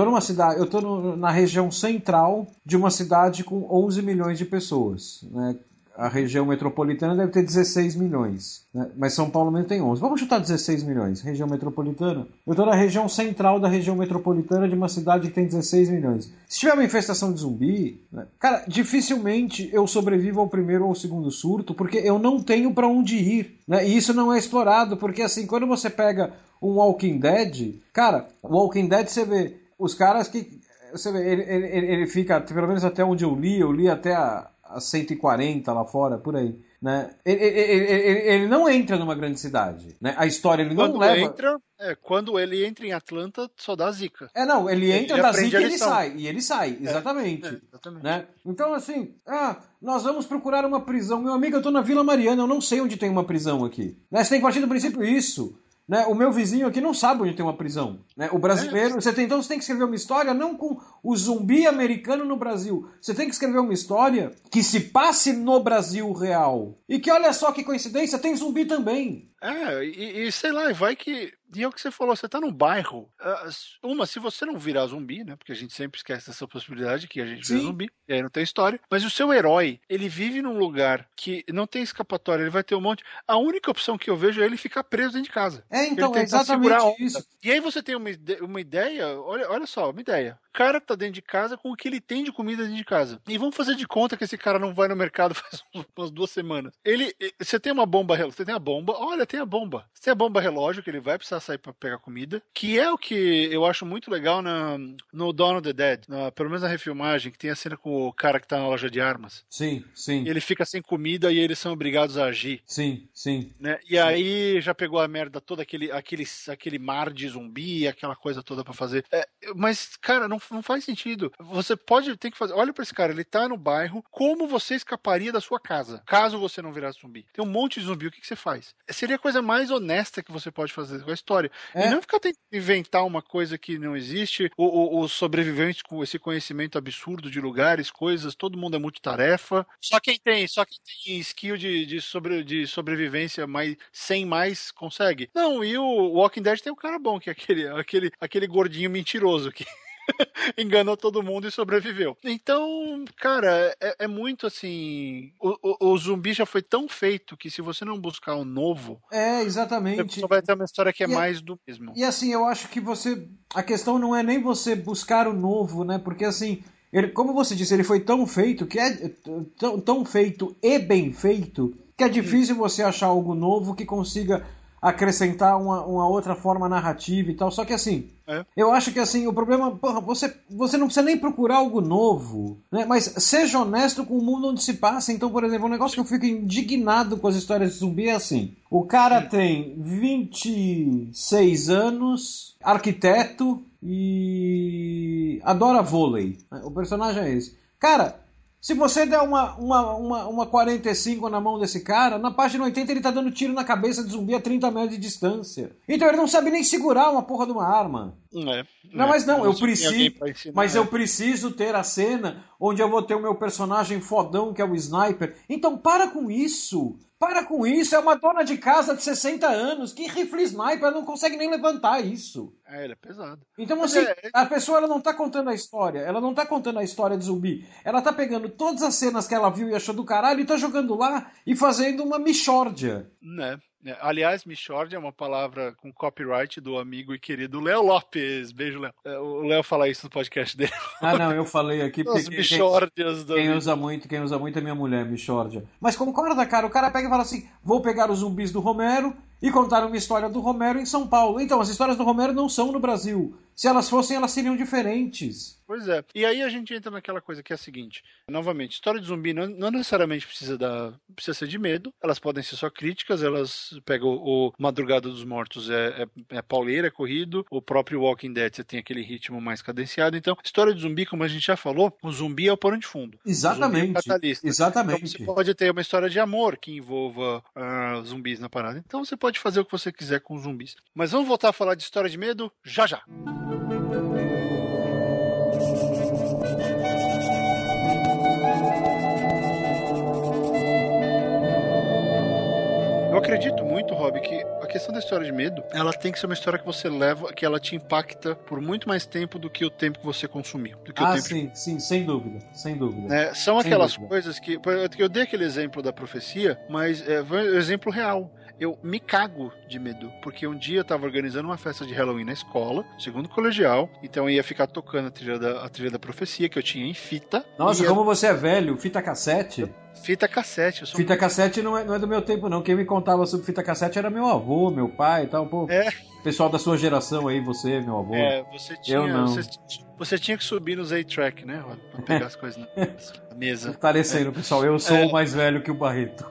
tô na região central de uma cidade com 11 milhões de pessoas, né? A região metropolitana deve ter 16 milhões, né? Mas São Paulo mesmo tem 11. Vamos chutar 16 milhões, região metropolitana. Eu estou na região central da região metropolitana de uma cidade que tem 16 milhões. Se tiver uma infestação de zumbi, né, cara, dificilmente eu sobrevivo ao primeiro ou ao segundo surto, porque eu não tenho para onde ir, né? E isso não é explorado, porque assim, quando você pega um Walking Dead, cara, o Walking Dead você vê os caras que... Você vê, ele fica, pelo menos até onde eu li até a 140 lá fora, por aí, né? Ele não entra numa grande cidade, né? A história ele não leva... Quando ele entra em Atlanta, só dá zica. Ele entra da zica e ele sai, exatamente. Exatamente. Né? Então, assim, nós vamos procurar uma prisão. Meu amigo, eu tô na Vila Mariana, eu não sei onde tem uma prisão aqui. Né? Você tem que partir do princípio isso. Né? O meu vizinho aqui não sabe onde tem uma prisão. Né? O brasileiro... Então você tem que escrever uma história não com o zumbi americano no Brasil. Você tem que escrever uma história que se passe no Brasil real. E que, olha só que coincidência, tem zumbi também. Sei lá, vai que... E é o que você falou, você tá num bairro. Se você não virar zumbi, né? Porque a gente sempre esquece dessa possibilidade que a gente vira zumbi, e aí não tem história. Mas o seu herói, ele vive num lugar que não tem escapatória, ele vai ter um monte. A única opção que eu vejo é ele ficar preso dentro de casa. Então, é exatamente isso. E aí você tem uma ideia, olha só, uma ideia. O cara tá dentro de casa com o que ele tem de comida dentro de casa. E vamos fazer de conta que esse cara não vai no mercado faz umas 2 semanas. Você tem uma bomba, você tem a bomba, olha, tem a bomba. Você tem a bomba relógio, que ele vai precisar sair pra pegar comida, que é o que eu acho muito legal no Dawn of the Dead, pelo menos na refilmagem, que tem a cena com o cara que tá na loja de armas. Sim. E ele fica sem comida e eles são obrigados a agir. Sim. Né? E aí já pegou a merda toda, aquele mar de zumbi, aquela coisa toda pra fazer. Mas, cara, não faz sentido. Você tem que fazer... Olha pra esse cara, ele tá no bairro, como você escaparia da sua casa, caso você não virasse zumbi? Tem um monte de zumbi, o que você faz? Seria a coisa mais honesta que você pode fazer com a história. E não ficar tentando inventar uma coisa que não existe, os sobreviventes com esse conhecimento absurdo de lugares, coisas, todo mundo é multitarefa. Só quem tem skill de sobrevivência sem mais consegue. Não, e o Walking Dead tem um cara bom, que é aquele gordinho mentiroso que enganou todo mundo e sobreviveu. Então, cara, é muito assim... O zumbi já foi tão feito que se você não buscar um novo... exatamente. Você vai ter uma história que é mais do mesmo. E assim, eu acho que a questão não é nem você buscar o novo, né? Porque assim, como você disse, ele foi tão feito, que é tão feito e bem feito, que é difícil você achar algo novo que consiga acrescentar uma outra forma narrativa e tal. Só que assim, eu acho que assim, o problema, você não precisa nem procurar algo novo, né? Mas seja honesto com o mundo onde se passa. Então, por exemplo, um negócio que eu fico indignado com as histórias de zumbi é assim: o cara tem 26 anos, arquiteto e adora vôlei. O personagem é esse. Cara, Se você der uma 45 na mão desse cara, na página 80 ele tá dando tiro na cabeça de zumbi a 30 metros de distância. Então ele não sabe nem segurar uma porra de uma arma. Eu preciso ter a cena onde eu vou ter o meu personagem fodão, que é o sniper. Então para com isso. Para com isso, é uma dona de casa de 60 anos. Que rifle sniper, ela não consegue nem levantar isso. Ele é pesado. Então, assim, a pessoa ela não tá contando a história. Ela não tá contando a história de zumbi. Ela tá pegando todas as cenas que ela viu e achou do caralho e tá jogando lá e fazendo uma mixórdia. Aliás, mixórdia é uma palavra com copyright do amigo e querido Léo Lopes. Beijo, Léo. O Léo fala isso no podcast dele. Não, eu falei aqui porque As mixórdias quem usa muito é minha mulher, mixórdia. Mas concorda, cara, o cara pega e fala assim, vou pegar os zumbis do Romero e contar uma história do Romero em São Paulo. Então, as histórias do Romero não são no Brasil. Se elas fossem, elas seriam diferentes. Pois é. E aí a gente entra naquela coisa que é a seguinte. Novamente, história de zumbi não necessariamente precisa ser de medo. Elas podem ser só críticas. Elas pegam o Madrugada dos Mortos, é pauleira, é corrido. O próprio Walking Dead, você tem aquele ritmo mais cadenciado. Então, história de zumbi, como a gente já falou, o zumbi é o pano de fundo. Exatamente. O zumbi é o catalista. Exatamente. Então, você pode ter uma história de amor que envolva zumbis na parada. Então, você pode fazer o que você quiser com os zumbis. Mas vamos voltar a falar de história de medo já já. Eu acredito muito, Rob, que a questão da história de medo, ela tem que ser uma história que você leva, que ela te impacta por muito mais tempo do que o tempo que você consumiu. Sim, sem dúvida. São aquelas coisas que... Eu dei aquele exemplo da profecia, mas é um exemplo real. Eu me cago de medo, porque um dia eu tava organizando uma festa de Halloween na escola, segundo colegial, então eu ia ficar tocando a trilha da profecia, que eu tinha em fita. Nossa, como você é velho, fita cassete? Fita cassete. Fita cassete não é do meu tempo, não. Quem me contava sobre fita cassete era meu avô, meu pai e tal. Pô, pessoal da sua geração aí, você, meu avô. Eu não. Você tinha que subir nos A-Track, né, Rod? Pra pegar as coisas na mesa. Parecendo, pessoal. Eu sou o mais velho que o Barreto.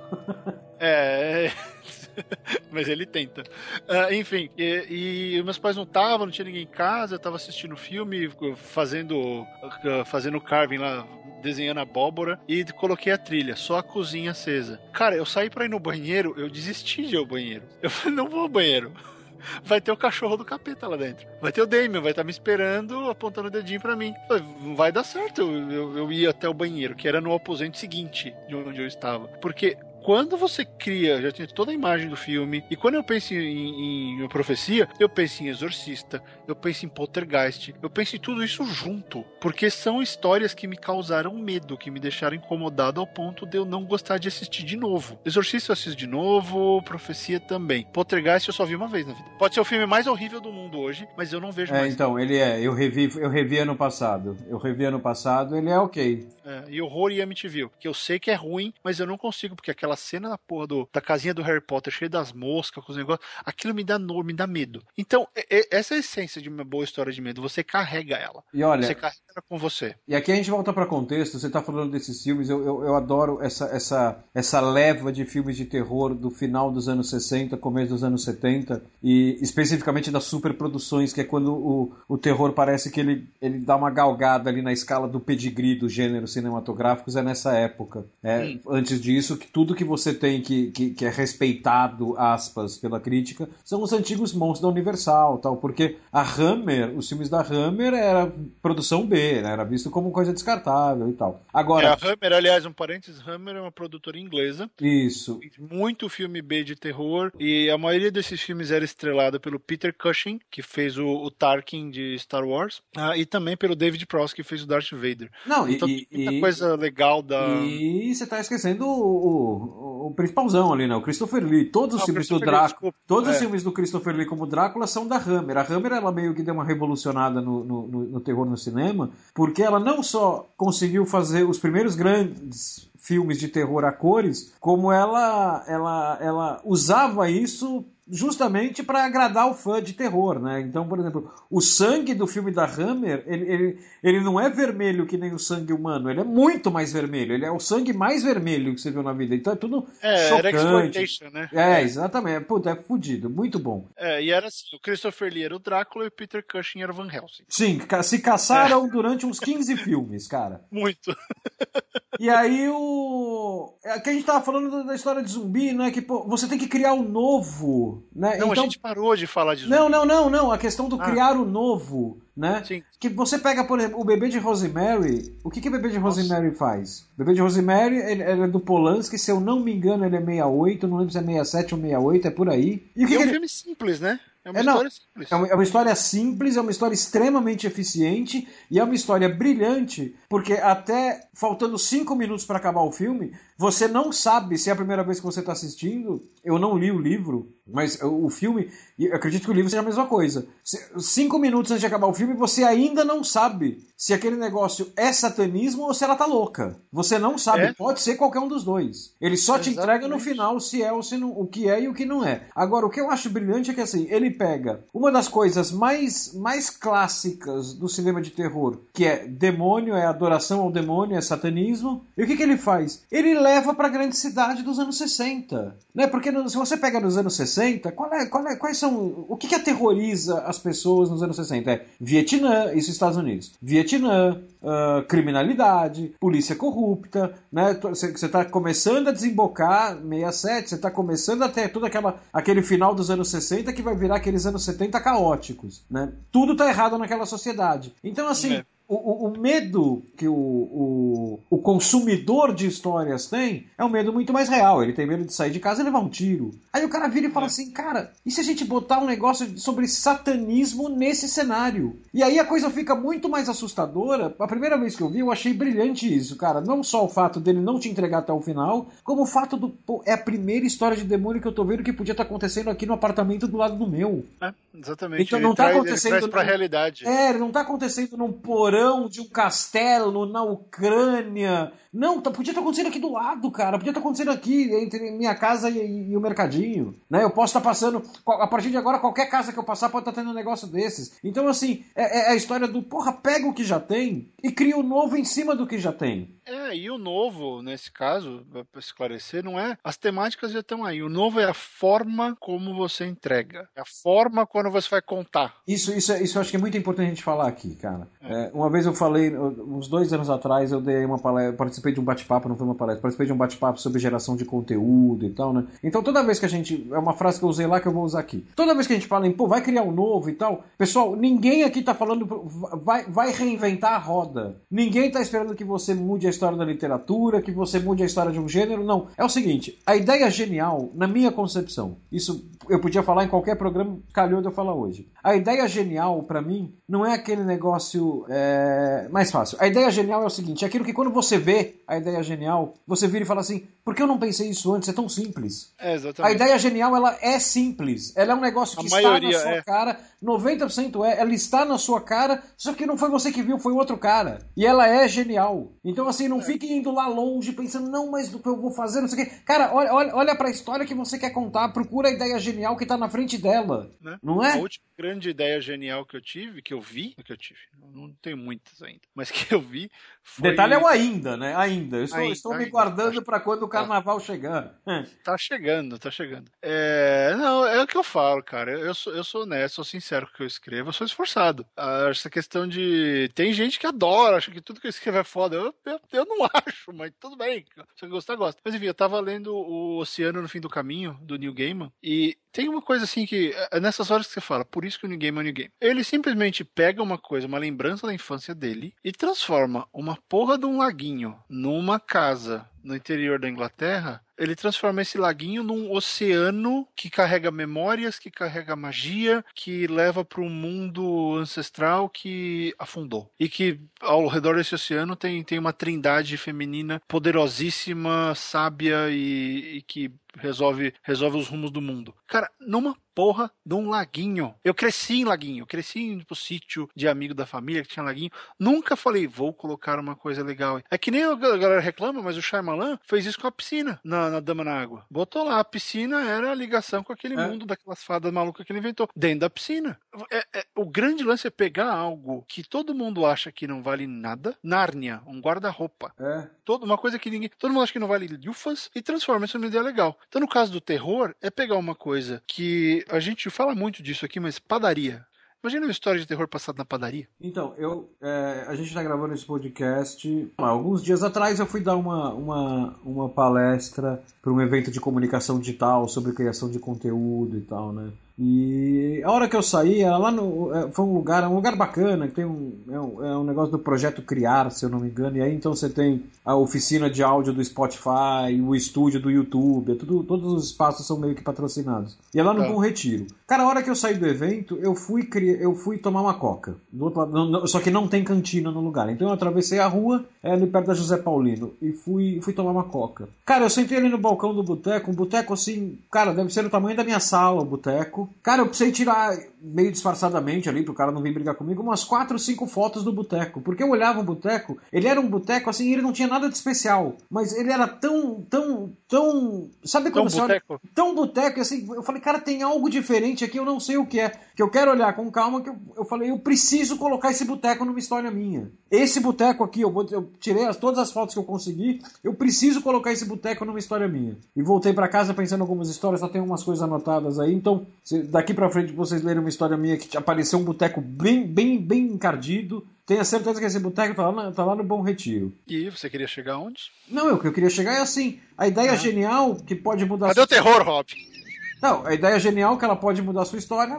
Mas ele tenta. Enfim, e meus pais não estavam, não tinha ninguém em casa, eu tava assistindo filme, fazendo carving lá, desenhando abóbora, e coloquei a trilha, só a cozinha acesa. Cara, eu saí pra ir no banheiro, eu desisti de ir ao banheiro. Eu falei, não vou ao banheiro. Vai ter o cachorro do capeta lá dentro. Vai ter o Damien, vai estar me esperando, apontando o dedinho pra mim. Não vai dar certo eu ir até o banheiro, que era no aposento seguinte de onde eu estava. Porque quando você cria, já tinha toda a imagem do filme, e quando eu penso em profecia, eu penso em Exorcista, eu penso em Poltergeist, eu penso em tudo isso junto, porque são histórias que me causaram medo, que me deixaram incomodado ao ponto de eu não gostar de assistir de novo. Exorcista eu assisto de novo, Profecia também. Poltergeist eu só vi uma vez na vida. Pode ser o filme mais horrível do mundo hoje, mas eu não vejo mais. Então, eu revi ano passado. Ele é ok. E Horror e Amityville, que eu sei que é ruim, mas eu não consigo, porque aquela cena da porra da casinha do Harry Potter cheia das moscas, com os negócios, aquilo me dá medo. Então, essa é a essência de uma boa história de medo, você carrega ela. E olha, você carrega ela com você. E aqui a gente volta para contexto, você tá falando desses filmes, eu adoro essa leva de filmes de terror do final dos anos 60, começo dos anos 70, e especificamente das superproduções, que é quando o terror parece que ele dá uma galgada ali na escala do pedigree do gênero cinematográficos, é nessa época. Antes disso, que tudo que você tem que é respeitado, aspas, pela crítica, são os antigos monstros da Universal, tal, porque a Hammer, os filmes da Hammer era produção B, né? Era visto como coisa descartável e tal. Agora, a Hammer, aliás, um parênteses, Hammer é uma produtora inglesa. Isso. Muito filme B de terror, e a maioria desses filmes era estrelada pelo Peter Cushing, que fez o Tarkin de Star Wars, e também pelo David Prowse, que fez o Darth Vader. Não, então, muita coisa legal da... E você tá esquecendo o principalzão ali, né? O Christopher Lee. Todos os filmes do Drácula, os filmes do Christopher Lee como Drácula são da Hammer. A Hammer, ela meio que deu uma revolucionada no terror no cinema, porque ela não só conseguiu fazer os primeiros grandes filmes de terror a cores, como ela usava isso justamente para agradar o fã de terror, né? Então, por exemplo, o sangue do filme da Hammer, ele não é vermelho que nem o sangue humano, ele é muito mais vermelho, ele é o sangue mais vermelho que você viu na vida, então é tudo chocante. Era exploitation, né? Exatamente, puta, é fudido, muito bom. E era assim, o Christopher Lee era o Drácula e o Peter Cushing era o Van Helsing. Sim, se caçaram durante uns 15 filmes, cara. Muito. E aí o... É que a gente tava falando da história de zumbi, né? Que pô, você tem que criar o novo, né? Não, então... a gente parou de falar de zumbi. Não. A questão do criar o novo, né? Sim. Que você pega, por exemplo, o Bebê de Rosemary. O que o Bebê de Rosemary faz? O Bebê de Rosemary, ele é do Polanski, se eu não me engano, ele é 68, não lembro se é 67 ou 68, é por aí. E é um filme simples, né? É uma história simples. É uma história simples, é uma história extremamente eficiente e é uma história brilhante, porque até faltando 5 minutos para acabar o filme, você não sabe se é a primeira vez que você está assistindo. Eu não li o livro, mas o filme, eu acredito que o livro seja a mesma coisa. 5 minutos antes de acabar o filme, você ainda não sabe se aquele negócio é satanismo ou se ela tá louca. Você não sabe, pode ser qualquer um dos dois. Ele só te entrega no final se é ou se não, o que é e o que não é. Agora, o que eu acho brilhante é que assim, ele pega uma das coisas mais clássicas do cinema de terror, que é demônio, é adoração ao demônio, é satanismo, e o que ele faz? Ele leva pra grande cidade dos anos 60. Né? Porque se você pega nos anos 60, quais são... O que aterroriza as pessoas nos anos 60? É Vietnã, isso Estados Unidos. Vietnã, criminalidade, polícia corrupta, né? Você está começando a desembocar 67, você está começando a ter todo aquele final dos anos 60 que vai virar aqueles anos 70 caóticos, né? Tudo tá errado naquela sociedade. Então, assim, o medo que o consumidor de histórias tem é um medo muito mais real. Ele tem medo de sair de casa e levar um tiro. Aí o cara vira e fala assim, cara, e se a gente botar um negócio sobre satanismo nesse cenário? E aí a coisa fica muito mais assustadora. A primeira vez que eu vi, eu achei brilhante isso, cara. Não só o fato dele não te entregar até o final, como o fato do... Pô, é a primeira história de demônio que eu tô vendo que podia estar acontecendo aqui no apartamento do lado do meu. Exatamente. Então não tá acontecendo... Ele traz pra realidade. Ele não tá acontecendo num porão de um castelo na Ucrânia. Não, podia estar acontecendo aqui do lado, cara. Podia estar acontecendo aqui entre minha casa e o mercadinho. Né? Eu posso estar passando... A partir de agora, qualquer casa que eu passar pode estar tendo um negócio desses. Então, assim, é a história do... Porra, pega o que já tem e cria o novo em cima do que já tem. E o novo, nesse caso, para esclarecer, não é... As temáticas já estão aí. O novo é a forma como você entrega. É a forma quando você vai contar. Isso eu acho que é muito importante a gente falar aqui, cara. Uma vez eu falei, uns 2 anos atrás, eu dei uma palestra, participei de um bate-papo, não foi uma palestra, participei de um bate-papo sobre geração de conteúdo e tal, né? Então toda vez que a gente... É uma frase que eu usei lá que eu vou usar aqui. Toda vez que a gente fala em, vai criar um novo e tal, pessoal, ninguém aqui tá falando... Vai reinventar a roda. Ninguém tá esperando que você mude a história da literatura, que você mude a história de um gênero, não. É o seguinte, a ideia genial, na minha concepção, isso eu podia falar em qualquer programa, calhou de eu falar hoje. A ideia genial, pra mim, não é aquele negócio mais fácil. A ideia genial é o seguinte, é aquilo que quando você vê a ideia genial, você vira e fala assim, por que eu não pensei isso antes? É tão simples. Exatamente. A ideia genial, ela é simples. Ela é um negócio que está na sua cara, 90% ela está na sua cara, só que não foi você que viu, foi outro cara. E ela é genial. Então, assim, não fique indo lá longe, pensando, não, mas o que eu vou fazer, não sei o quê. Cara, olha pra história que você quer contar, procura a ideia genial que tá na frente dela. Né? Não é? A última grande ideia genial que eu tive, não tenho muitas ainda, mas que eu vi foi... Detalhe é o ainda, né? Ainda. Eu estou me guardando para quando o carnaval chegar. Tá chegando. Não, é o que eu falo, cara. Eu sou honesto, sou sincero com o que eu escrevo, eu sou esforçado. Essa questão de... Tem gente que adora, acha que tudo que eu escrevo é foda. Eu não acho, mas tudo bem. Se eu gostar, gosta. Mas enfim, eu tava lendo O Oceano no Fim do Caminho, do Neil Gaiman, e tem uma coisa assim que, nessas horas que você fala, por isso que o New Game é o New Game. Ele simplesmente pega uma coisa, uma lembrança da infância dele, e transforma uma porra de um laguinho numa casa no interior da Inglaterra. Ele transforma esse laguinho num oceano que carrega memórias, que carrega magia, que leva para um mundo ancestral que afundou. E que ao redor desse oceano tem uma trindade feminina poderosíssima, sábia e que resolve os rumos do mundo. Cara, numa porra de um laguinho. Eu cresci em laguinho, cresci indo pro sítio de amigo da família que tinha laguinho. Nunca falei, vou colocar uma coisa legal. É que nem a galera reclama, mas o Shyamalan fez isso com a piscina na Dama na Água. Botou lá, a piscina era a ligação com aquele mundo daquelas fadas malucas que ele inventou, dentro da piscina. O grande lance é pegar algo que todo mundo acha que não vale nada, Nárnia, um guarda-roupa. Uma coisa que todo mundo acha que não vale lufas, e transforma isso numa ideia legal. Então, no caso do terror, é pegar uma coisa que a gente fala muito disso aqui, mas padaria. Imagina uma história de terror passada na padaria. Então, a gente tá gravando esse podcast. Alguns dias atrás eu fui dar uma palestra para um evento de comunicação digital sobre criação de conteúdo e tal, né? E a hora que eu saí, era lá foi um lugar bacana, que tem um negócio do projeto Criar, se eu não me engano, e aí então você tem a oficina de áudio do Spotify, o estúdio do YouTube, todos os espaços são meio que patrocinados. E é lá no Bom Retiro. Cara, a hora que eu saí do evento, eu fui tomar uma coca. Do outro lado, só que não tem cantina no lugar. Então eu atravessei a rua, ali perto da José Paulino, e fui tomar uma coca. Cara, eu sentei ali no balcão do boteco, um boteco assim, cara, deve ser o tamanho da minha sala, o boteco. Cara, eu precisei tirar, meio disfarçadamente ali, pro cara não vir brigar comigo, umas 4 ou 5 fotos do boteco. Porque eu olhava o boteco, ele era um boteco assim, ele não tinha nada de especial. Mas ele era tão... Sabe quando você olha? Tão boteco, assim, eu falei, cara, tem algo diferente aqui, eu não sei o que é. Que eu quero olhar com calma, que eu falei, eu preciso colocar esse boteco numa história minha. Esse boteco aqui, eu tirei todas as fotos que eu consegui, eu preciso colocar esse boteco numa história minha. E voltei pra casa pensando em algumas histórias, só tem umas coisas anotadas aí, então... Daqui pra frente vocês lerem uma história minha que apareceu um boteco bem encardido. Tenha certeza que esse boteco tá lá no Bom Retiro. E você queria chegar onde? Não, o que eu queria chegar é assim. A ideia genial que pode mudar... Cadê o terror, Rob? Não, a ideia genial que ela pode mudar a sua história,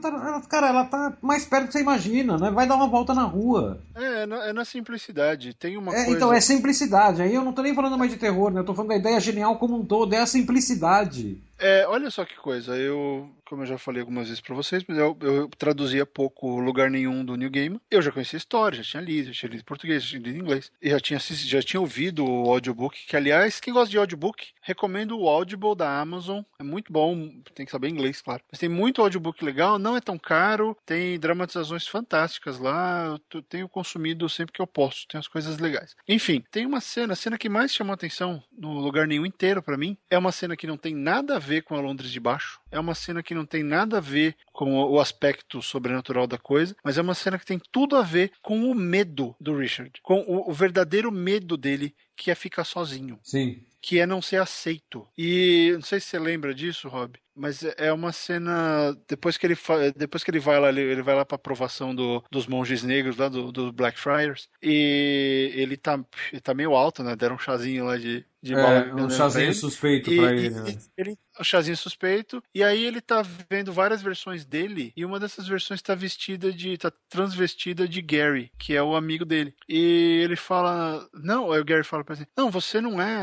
ela tá mais perto do que você imagina, né? Vai dar uma volta na rua. É na simplicidade. Tem uma coisa... Então, é simplicidade. Aí eu não tô nem falando mais de terror, né? Eu tô falando da ideia genial como um todo. É a simplicidade. Olha só que coisa. Como eu já falei algumas vezes pra vocês, mas eu traduzia pouco Lugar Nenhum do New Game. Eu já conhecia a história, já tinha lido em português, já tinha lido em inglês. E já tinha ouvido o audiobook, que aliás, quem gosta de audiobook, recomendo o Audible da Amazon. É muito bom, tem que saber inglês, claro. Mas tem muito audiobook legal, não é tão caro, tem dramatizações fantásticas lá, eu tenho consumido sempre que eu posso, tem as coisas legais. Enfim, tem uma cena, a cena que mais chamou a atenção no Lugar Nenhum inteiro pra mim, é uma cena que não tem nada a ver com a Londres de Baixo, é uma cena que não tem nada a ver com o aspecto sobrenatural da coisa, mas é uma cena que tem tudo a ver com o medo do Richard, com o verdadeiro medo dele, que é ficar sozinho. Sim. Que é não ser aceito. E não sei se você lembra disso, Rob, mas é uma cena... Depois que ele vai lá, ele vai lá pra aprovação dos monges negros lá, do Blackfriars, e ele tá meio alto, né? Deram um chazinho lá de bala. Um chazinho suspeito pra ele, né? Um chazinho suspeito, e aí ele tá vendo várias versões dele, e uma dessas versões tá transvestida de Gary, que é o amigo dele. E ele fala... Não, aí o Gary fala pra ele, não, você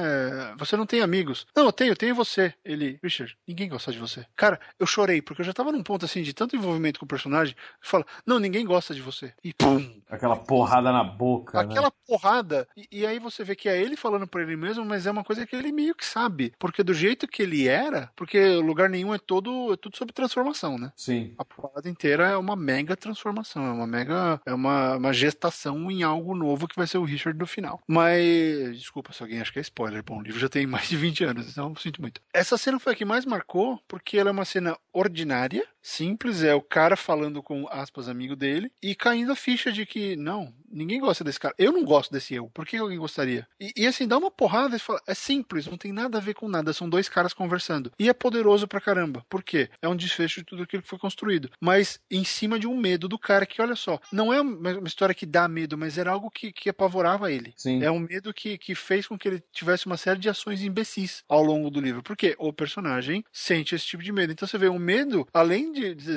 não tem amigos. Não, eu tenho você. Ele, Richard, ninguém gosta de você. Cara, eu chorei, porque eu já tava num ponto assim, de tanto envolvimento com o personagem, ele fala, não, ninguém gosta de você. E pum! Aquela porrada na boca, Aquela porrada. E aí você vê que é ele falando pra ele mesmo, mas é uma coisa que ele meio que sabe. Porque do jeito que ele era, porque Lugar Nenhum é tudo sobre transformação, né? Sim. A porrada inteira é uma mega transformação, é uma gestação em algo novo que vai ser o Richard no final. Mas, desculpa se alguém acha que é spoiler, bom, o livro já tem mais de 20 anos, então eu sinto muito. Essa cena foi a que mais marcou, porque ela é uma cena ordinária, simples, é o cara falando com, aspas, amigo dele, e caindo a ficha de que, não, ninguém gosta desse cara. Eu não gosto desse eu. Por que alguém gostaria? E assim, dá uma porrada e fala, é simples, não tem nada a ver com nada, são dois caras conversando. E é poderoso pra caramba. Por quê? É um desfecho de tudo aquilo que foi construído. Mas em cima de um medo do cara que, olha só, não é uma história que dá medo, mas era algo que apavorava ele. Sim. É um medo que fez com que ele tivesse uma série de ações imbecis ao longo do livro. Por quê? O personagem sente esse tipo de medo. Então você vê, o medo, além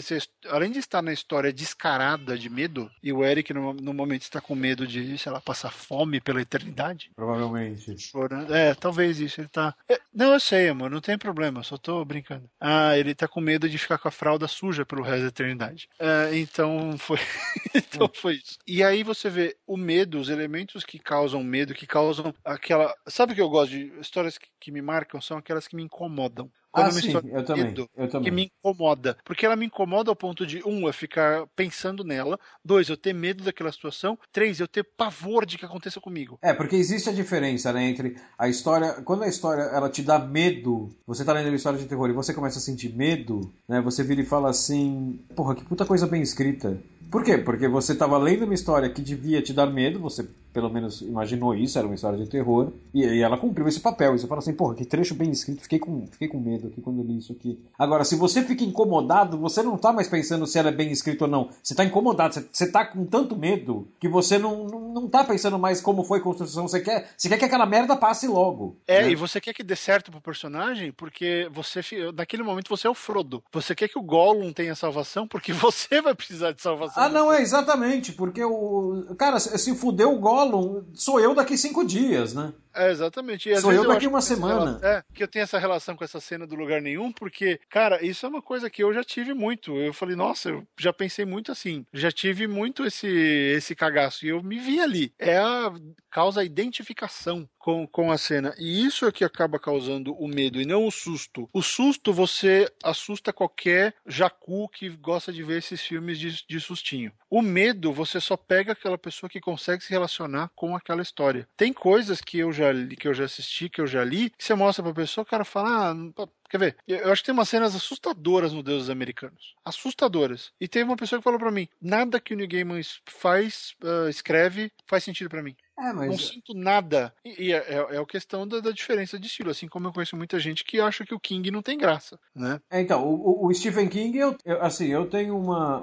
de estar na história descarada de medo, e o Eric no momento está com medo de, sei lá, passar fome pela eternidade. Provavelmente. Talvez isso. Ele tá... Não, eu sei, amor, não tem problema, eu só tô brincando. Ele tá com medo de ficar com a fralda suja pelo resto da eternidade. Então foi isso. E aí você vê o medo, os elementos que causam medo, que causam aquela... Sabe o que eu gosto de histórias que me marcam? São aquelas que me incomodam. Sim, eu também. Que me incomoda. Porque ela me incomoda ao ponto de, eu ficar pensando nela, 2, eu ter medo daquela situação, 3, eu ter pavor de que aconteça comigo. Porque existe a diferença, né, entre a história... Quando a história, ela te dá medo, você tá lendo uma história de terror e você começa a sentir medo, né, você vira e fala assim, porra, que puta coisa bem escrita. Por quê? Porque você tava lendo uma história que devia te dar medo, você pelo menos imaginou isso, era uma história de terror, e ela cumpriu esse papel. E você fala assim, porra, que trecho bem escrito, fiquei com medo aqui quando eu li isso aqui. Agora, se você fica incomodado, você não tá mais pensando se ela é bem escrita ou não. Você tá incomodado, você tá com tanto medo que você não tá pensando mais como foi a construção. Você quer que aquela merda passe logo. Né? E você quer que dê certo pro personagem, porque naquele momento você é o Frodo. Você quer que o Gollum tenha salvação, porque você vai precisar de salvação. Não, exatamente, porque cara, se fuder o Gollum, sou eu daqui 5 dias, né? Exatamente. E sou eu daqui uma semana. Que eu tenho essa relação com essa cena do lugar nenhum, porque, cara, isso é uma coisa que eu já tive muito. Eu falei, nossa, eu já pensei muito assim. Já tive muito esse cagaço. E eu me vi ali. Causa identificação com a cena. E isso é que acaba causando o medo, e não o susto. O susto, você assusta qualquer jacu que gosta de ver esses filmes de sustinho. O medo, você só pega aquela pessoa que consegue se relacionar com aquela história. Tem coisas que eu já assisti, que eu já li, que você mostra pra pessoa, o cara fala, quer ver? Eu acho que tem umas cenas assustadoras no Deuses Americanos. Assustadoras. E teve uma pessoa que falou pra mim, nada que o Neil Gaiman escreve, faz sentido pra mim. Não sinto nada. E é a questão da diferença de estilo. Assim como eu conheço muita gente que acha que o King não tem graça, né? Então, o Stephen King, eu tenho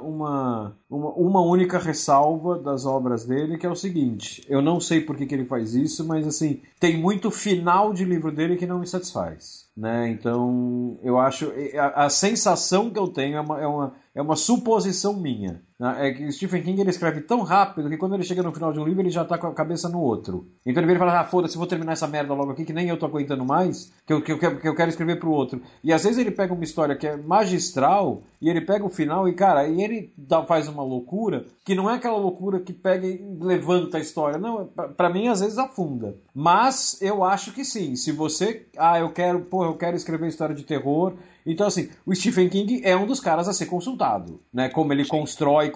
uma única ressalva das obras dele, que é o seguinte, eu não sei por que ele faz isso, mas assim, tem muito final de livro dele que não me satisfaz. Né? Então, eu acho... A sensação que eu tenho é uma suposição minha. Né? É que o Stephen King ele escreve tão rápido que quando ele chega no final de um livro, ele já tá com a cabeça no outro. Então ele vira e fala, foda-se, vou terminar essa merda logo aqui, que nem eu tô aguentando mais, que eu quero escrever pro outro. E às vezes ele pega uma história que é magistral, e ele pega o final e, cara, faz uma loucura, que não é aquela loucura que pega e levanta a história. Não, pra mim, às vezes afunda. Mas eu acho que sim. Se você... eu quero escrever história de terror. Então, assim, o Stephen King é um dos caras a ser consultado, né? Como ele constrói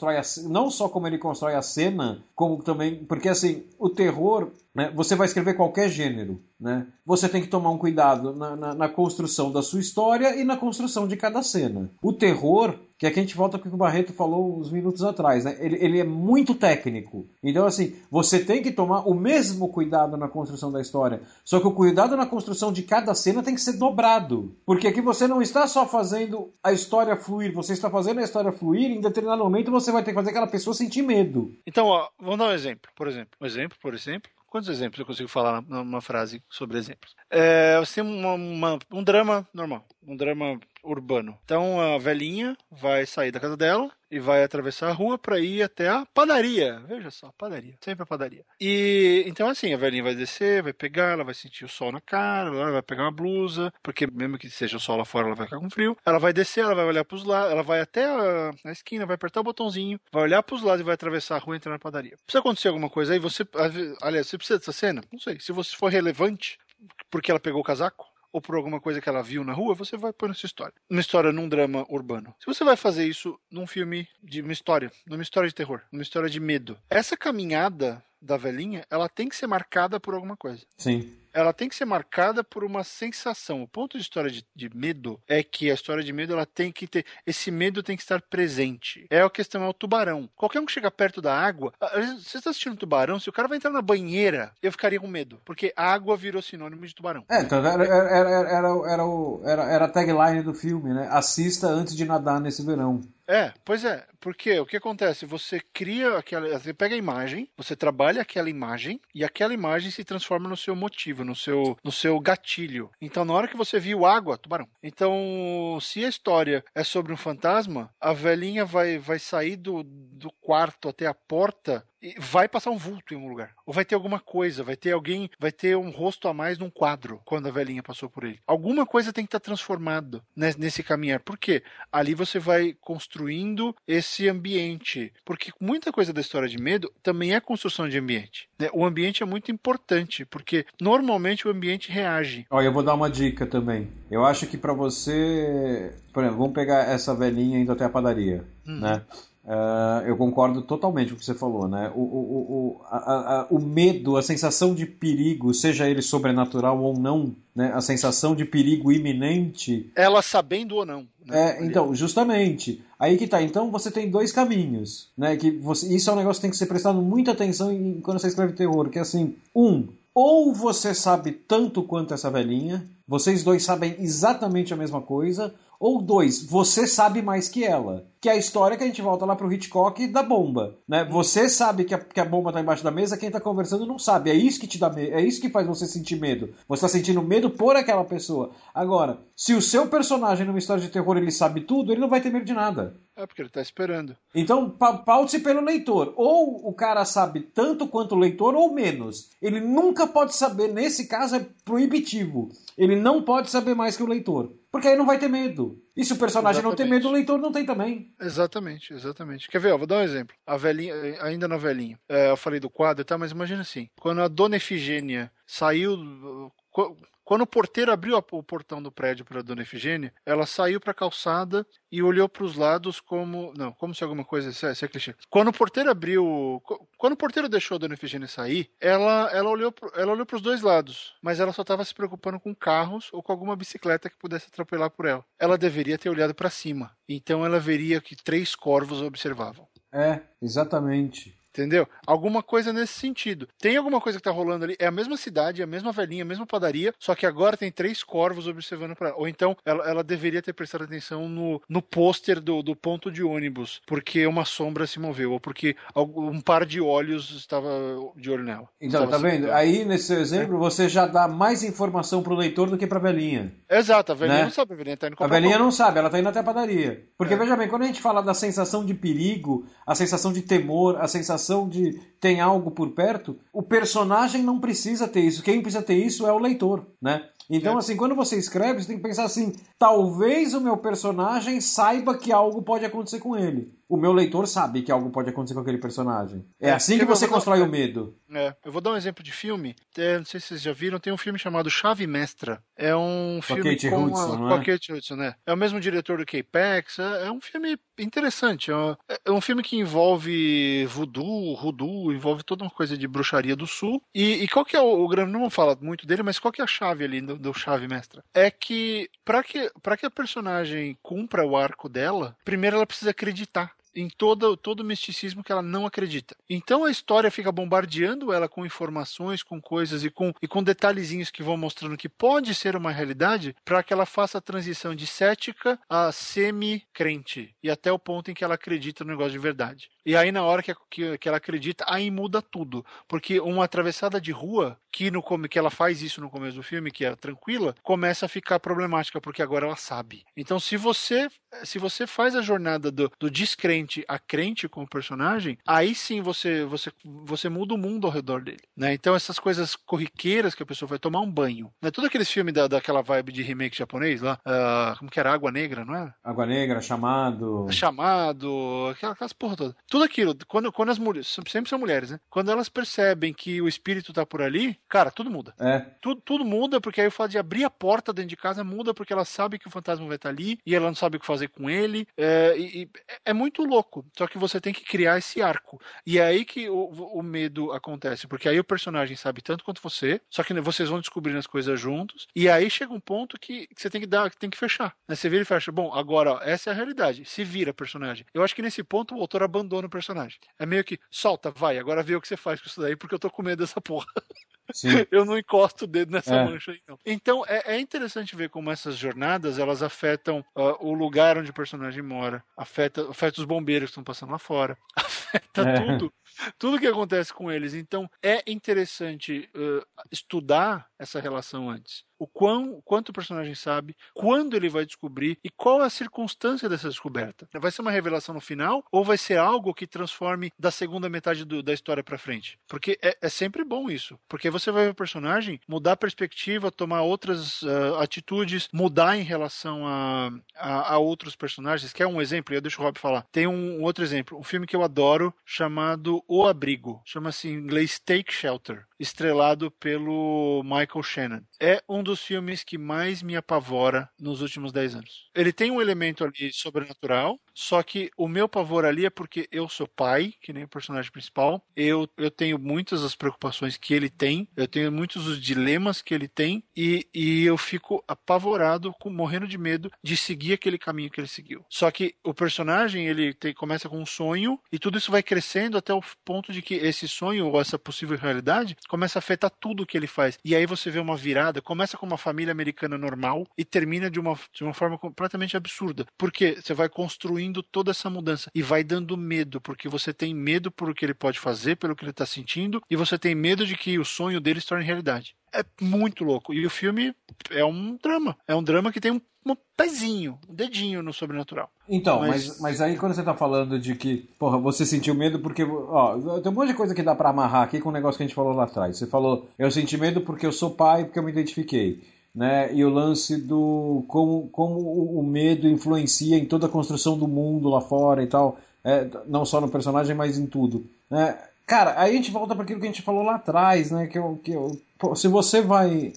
não só como ele constrói a cena, como também... Porque, assim, o terror, né? Você vai escrever qualquer gênero, né? Você tem que tomar um cuidado na construção da sua história e na construção de cada cena. O terror, que aqui a gente volta para o que o Barreto falou uns minutos atrás, né? Ele é muito técnico. Então, assim, você tem que tomar o mesmo cuidado na construção da história. Só que o cuidado na construção de cada cena tem que ser dobrado. Porque aqui você não está só fazendo a história fluir, você está fazendo a história fluir e em determinado momento você vai ter que fazer aquela pessoa sentir medo. Então, vamos dar um exemplo, por exemplo. Quantos exemplos eu consigo falar numa frase sobre exemplos? Você tem um drama normal, um drama urbano. Então a velhinha vai sair da casa dela e vai atravessar a rua para ir até a padaria. Veja só, padaria. Sempre a padaria. E então assim, a velhinha vai descer, vai pegar, ela vai sentir o sol na cara, ela vai pegar uma blusa, porque mesmo que seja o sol lá fora, ela vai ficar com frio. Ela vai descer, ela vai olhar pros lados, ela vai até a esquina, vai apertar o botãozinho, vai olhar pros lados e vai atravessar a rua e entrar na padaria. Precisa acontecer alguma coisa aí, você precisa dessa cena? Não sei. Se você for relevante, porque ela pegou o casaco, ou por alguma coisa que ela viu na rua, você vai pôr nessa história. Uma história num drama urbano. Se você vai fazer isso numa história de terror, numa história de medo, essa caminhada da velhinha, ela tem que ser marcada por alguma coisa. Sim. Ela tem que ser marcada por uma sensação. O ponto de história de medo é que a história de medo, ela tem que ter... Esse medo tem que estar presente. A questão é o tubarão. Qualquer um que chega perto da água... Você está assistindo um tubarão, se o cara vai entrar na banheira, eu ficaria com medo. Porque a água virou sinônimo de tubarão. Então era a tagline do filme, né? Assista antes de nadar nesse verão. Pois é, porque o que acontece? Você você pega a imagem, você trabalha aquela imagem e aquela imagem se transforma no seu motivo, no seu gatilho. Então, na hora que você viu água, tubarão. Então, se a história é sobre um fantasma, a velhinha vai sair do quarto até a porta e vai passar um vulto em um lugar. Ou vai ter alguma coisa, vai ter um rosto a mais num quadro quando a velhinha passou por ele. Alguma coisa tem que estar transformada nesse caminhar. Por quê? Ali você vai construindo esse ambiente. Porque muita coisa da história de medo também é construção de ambiente. Né? O ambiente é muito importante, porque normalmente o ambiente reage. Eu vou dar uma dica também. Eu acho que pra você... Por exemplo, vamos pegar essa velhinha indo até a padaria, né? Eu concordo totalmente com o que você falou, né? O medo, a sensação de perigo, seja ele sobrenatural ou não, né? A sensação de perigo iminente... Ela sabendo ou não. Né? Então, justamente. Aí que tá. Então você tem dois caminhos, né? Isso é um negócio que tem que ser prestado muita atenção quando você escreve terror, que é assim, ou você sabe tanto quanto essa velhinha, vocês dois sabem exatamente a mesma coisa, ou dois, você sabe mais que ela. Que é a história que a gente volta lá pro Hitchcock da bomba, né? Você sabe que a bomba tá embaixo da mesa, quem tá conversando não sabe. É isso que te dá medo, é isso que faz você sentir medo. Você tá sentindo medo por aquela pessoa. Agora, se o seu personagem numa história de terror ele sabe tudo, ele não vai ter medo de nada. É porque ele tá esperando. Então, paute-se pelo leitor. Ou o cara sabe tanto quanto o leitor, ou menos. Ele nunca pode saber, nesse caso é proibitivo. Ele não pode saber mais que o leitor. Porque aí não vai ter medo. E se o personagem não tem medo, o leitor não tem também. Exatamente. Quer ver? Vou dar um exemplo. A velhinha, ainda na velhinha. Eu falei do quadro, tá? Mas imagina assim. Quando a Dona Efigênia saiu... Quando o porteiro abriu o portão do prédio para a Dona Efigênia, ela saiu para a calçada e olhou para os lados como se alguma coisa... Isso é clichê. Quando o porteiro deixou a Dona Efigênia sair, ela olhou para os dois lados, mas ela só estava se preocupando com carros ou com alguma bicicleta que pudesse atropelar por ela. Ela deveria ter olhado para cima. Então ela veria que 3 corvos observavam. Exatamente. Entendeu? Alguma coisa nesse sentido. Tem alguma coisa que tá rolando ali. É a mesma cidade, a mesma velhinha, a mesma padaria, só que agora tem 3 corvos observando pra ela. Ou então ela deveria ter prestado atenção no pôster do ponto de ônibus, porque uma sombra se moveu, ou porque um par de olhos estava de olho nela. Então, tá vendo? Aí, nesse seu exemplo, você já dá mais informação pro leitor do que pra velhinha. Exato, a velhinha não sabe, a velhinha tá indo comprar. A velhinha não sabe, ela tá indo até a padaria. Porque, veja bem, quando a gente fala da sensação de perigo, a sensação de temor, a sensação de tem algo por perto, o personagem não precisa ter isso. Quem precisa ter isso é o leitor, né? Então, assim, quando você escreve, você tem que pensar assim, talvez o meu personagem saiba que algo pode acontecer com ele. O meu leitor sabe que algo pode acontecer com aquele personagem. É assim que você constrói o medo. Eu vou dar um exemplo de filme. Não sei se vocês já viram, tem um filme chamado Chave Mestra. É um filme Kate Hudson, com a Kate Hudson, né? É o mesmo diretor do K-Pax. É um filme interessante. É um filme que envolve voodoo, envolve toda uma coisa de bruxaria do sul. E qual que é o grande... Não vou falar muito dele, mas qual que é a chave ali do Chave Mestra? É que para que a personagem cumpra o arco dela, primeiro ela precisa acreditar em todo o misticismo que ela não acredita. Então a história fica bombardeando ela com informações, com coisas e com detalhezinhos que vão mostrando que pode ser uma realidade, para que ela faça a transição de cética a semi-crente e até o ponto em que ela acredita no negócio de verdade. E aí na hora que ela acredita, aí muda tudo, porque uma atravessada de rua que ela faz isso no começo do filme, que era tranquila, começa a ficar problemática, porque agora ela sabe. Então se você faz a jornada do descrente a crente com o personagem, aí sim você muda o mundo ao redor dele, né? Então essas coisas corriqueiras que a pessoa vai tomar um banho, né? Todos aqueles filmes daquela vibe de remake japonês lá, como que era? Água Negra, não era? Água Negra, Chamado, aquelas porra toda. Tudo aquilo, quando as mulheres, sempre são mulheres, né? Quando elas percebem que o espírito tá por ali, cara, tudo muda. Tudo muda, porque aí o fato de abrir a porta dentro de casa muda, porque ela sabe que o fantasma vai estar ali, e ela não sabe o que fazer com ele. É muito louco. Só que você tem que criar esse arco. E é aí que o medo acontece, porque aí o personagem sabe tanto quanto você, só que vocês vão descobrindo as coisas juntos, e aí chega um ponto que você tem que fechar. Né? Você vira e fecha. Bom, agora, ó, essa é a realidade. Se vira personagem. Eu acho que nesse ponto o autor abandona o personagem. É meio que, solta, vai, agora vê o que você faz com isso daí, porque eu tô com medo dessa porra. Sim. Eu não encosto o dedo nessa mancha aí, não. Então, é interessante ver como essas jornadas, elas afetam o lugar onde o personagem mora, afeta os bombeiros que estão passando lá fora, afeta tudo que acontece com eles. Então, é interessante estudar essa relação antes. Quanto o personagem sabe, quando ele vai descobrir e qual é a circunstância dessa descoberta. Vai ser uma revelação no final ou vai ser algo que transforme da segunda metade da história pra frente? Porque é sempre bom isso. Porque você vai ver o personagem mudar a perspectiva, tomar outras atitudes, mudar em relação a outros personagens. Quer um exemplo? Eu deixo o Rob falar. Tem um outro exemplo. Um filme que eu adoro chamado O Abrigo. Chama-se em inglês Take Shelter. estrelado pelo Michael Shannon. É um dos filmes que mais me apavora nos últimos 10 anos. Ele tem um elemento ali sobrenatural, só que o meu pavor ali é porque eu sou pai, que nem o personagem principal, eu tenho muitas das preocupações que ele tem, eu tenho muitos dos dilemas que ele tem, e eu fico apavorado, morrendo de medo de seguir aquele caminho que ele seguiu. Só que o personagem, começa com um sonho, e tudo isso vai crescendo até o ponto de que esse sonho, ou essa possível realidade, começa a afetar tudo que ele faz. E aí você vê uma virada, começa com uma família americana normal, e termina de uma forma completamente absurda. Porque você vai construindo toda essa mudança, e vai dando medo, porque você tem medo por o que ele pode fazer, pelo que ele está sentindo, e você tem medo de que o sonho dele se torne realidade. É muito louco. E o filme é um drama. É um drama que tem um pezinho, um dedinho no sobrenatural. Então, mas aí quando você tá falando de que, porra, você sentiu medo porque, ó, tem um monte de coisa que dá pra amarrar aqui com o negócio que a gente falou lá atrás. Você falou, eu senti medo porque eu sou pai, porque eu me identifiquei, né? E o lance do como o medo influencia em toda a construção do mundo lá fora e tal, não só no personagem, mas em tudo, né? Cara, aí a gente volta para aquilo que a gente falou lá atrás, né? Se você vai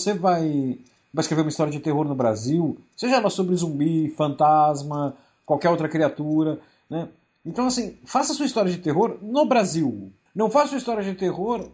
escrever uma história de terror no Brasil, seja ela sobre zumbi, fantasma, qualquer outra criatura, né? Então, assim, faça sua história de terror no Brasil. Não faça sua história de terror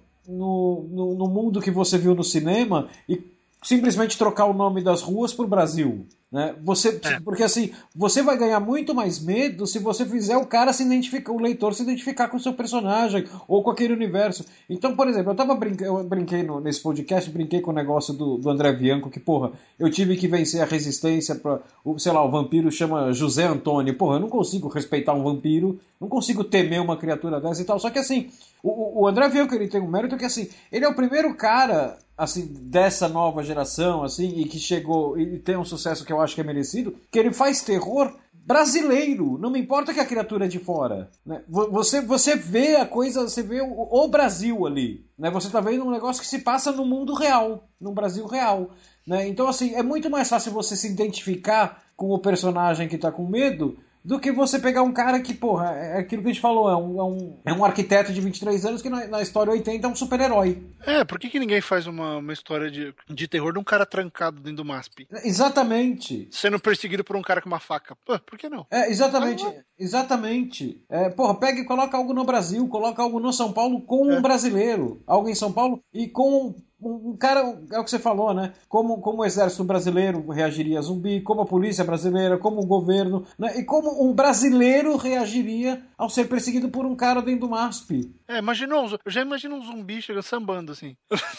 no mundo que você viu no cinema e simplesmente trocar o nome das ruas por Brasil. Né? Porque assim, você vai ganhar muito mais medo se você fizer o leitor se identificar com o seu personagem ou com aquele universo. Então, por exemplo, eu brinquei nesse podcast, brinquei com o negócio do André Bianco, que, porra, eu tive que vencer a resistência pra, sei lá, o vampiro chama José Antônio. Porra, eu não consigo respeitar um vampiro, não consigo temer uma criatura dessa e tal. Só que assim, o André Bianco, ele tem um mérito que assim, ele é o primeiro cara assim, dessa nova geração, assim, e que chegou e tem um sucesso que eu acho que é merecido, que ele faz terror brasileiro, não me importa que a criatura é de fora, né? Você vê a coisa, você vê o Brasil ali, né? Você tá vendo um negócio que se passa no mundo real, no Brasil real, né? Então, assim, é muito mais fácil você se identificar com o personagem que tá com medo do que você pegar um cara que, porra, é aquilo que a gente falou, é um arquiteto de 23 anos que na história 80 é um super-herói. Por que ninguém faz uma história de terror de um cara trancado dentro do MASP? Exatamente. Sendo perseguido por um cara com uma faca. Pô, por que não? Exatamente. Porra, pega e coloca algo no Brasil, coloca algo no São Paulo com um brasileiro. Algo em São Paulo e com um cara, é o que você falou, né? Como o exército brasileiro reagiria a zumbi, como a polícia brasileira, como o governo, né? E como um brasileiro reagiria ao ser perseguido por um cara dentro do MASP. Eu já imagino um zumbi chegando sambando assim.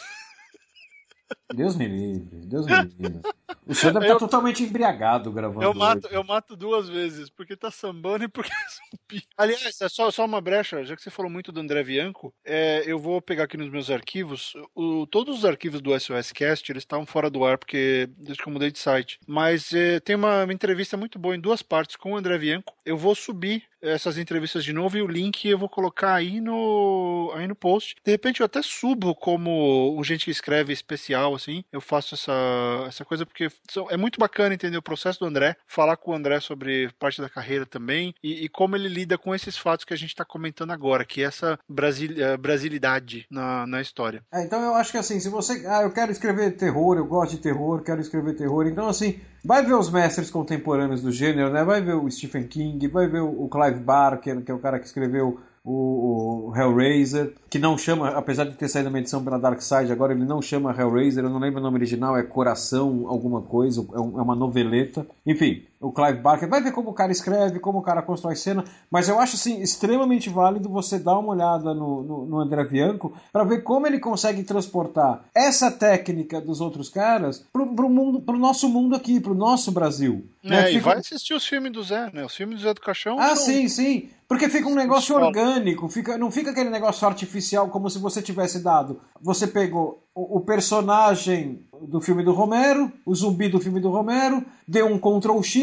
Deus me livre. O senhor deve estar totalmente embriagado gravando. Eu mato 2 vezes, porque tá sambando e porque é zumbi. Aliás, é só uma brecha, já que você falou muito do André Bianco, eu vou pegar aqui nos meus arquivos, todos os arquivos do SOS Cast, eles estavam fora do ar, porque desde que eu mudei de site. Mas tem uma entrevista muito boa em 2 partes com o André Bianco. Eu vou subir essas entrevistas de novo e o link eu vou colocar aí no post. De repente eu até subo como o Gente que Escreve especial, assim. Eu faço essa coisa porque é muito bacana entender o processo do André, falar com o André sobre parte da carreira também e como ele lida com esses fatos que a gente está comentando agora, que é essa brasilidade na história. Então eu acho que assim, se você... eu quero escrever terror, eu gosto de terror, quero escrever terror, então assim, vai ver os mestres contemporâneos do gênero, né? Vai ver o Stephen King, vai ver o Clive Barker, que é o cara que escreveu o Hellraiser, que não chama, apesar de ter saído uma edição pela Dark Side, agora ele não chama Hellraiser, eu não lembro o nome original, é Coração alguma coisa, é uma noveleta. Enfim, o Clive Barker, vai ver como o cara escreve, como o cara constrói cena, mas eu acho assim, extremamente válido você dar uma olhada no André Bianco para ver como ele consegue transportar essa técnica dos outros caras pro nosso mundo aqui, pro nosso Brasil. Né? E vai assistir os filmes do Zé, né? Os filmes do Zé do Caixão. Sim. Porque fica um negócio orgânico, não fica aquele negócio artificial como se você tivesse dado. Você pegou o personagem do filme do Romero, o zumbi do filme do Romero, deu um Ctrl X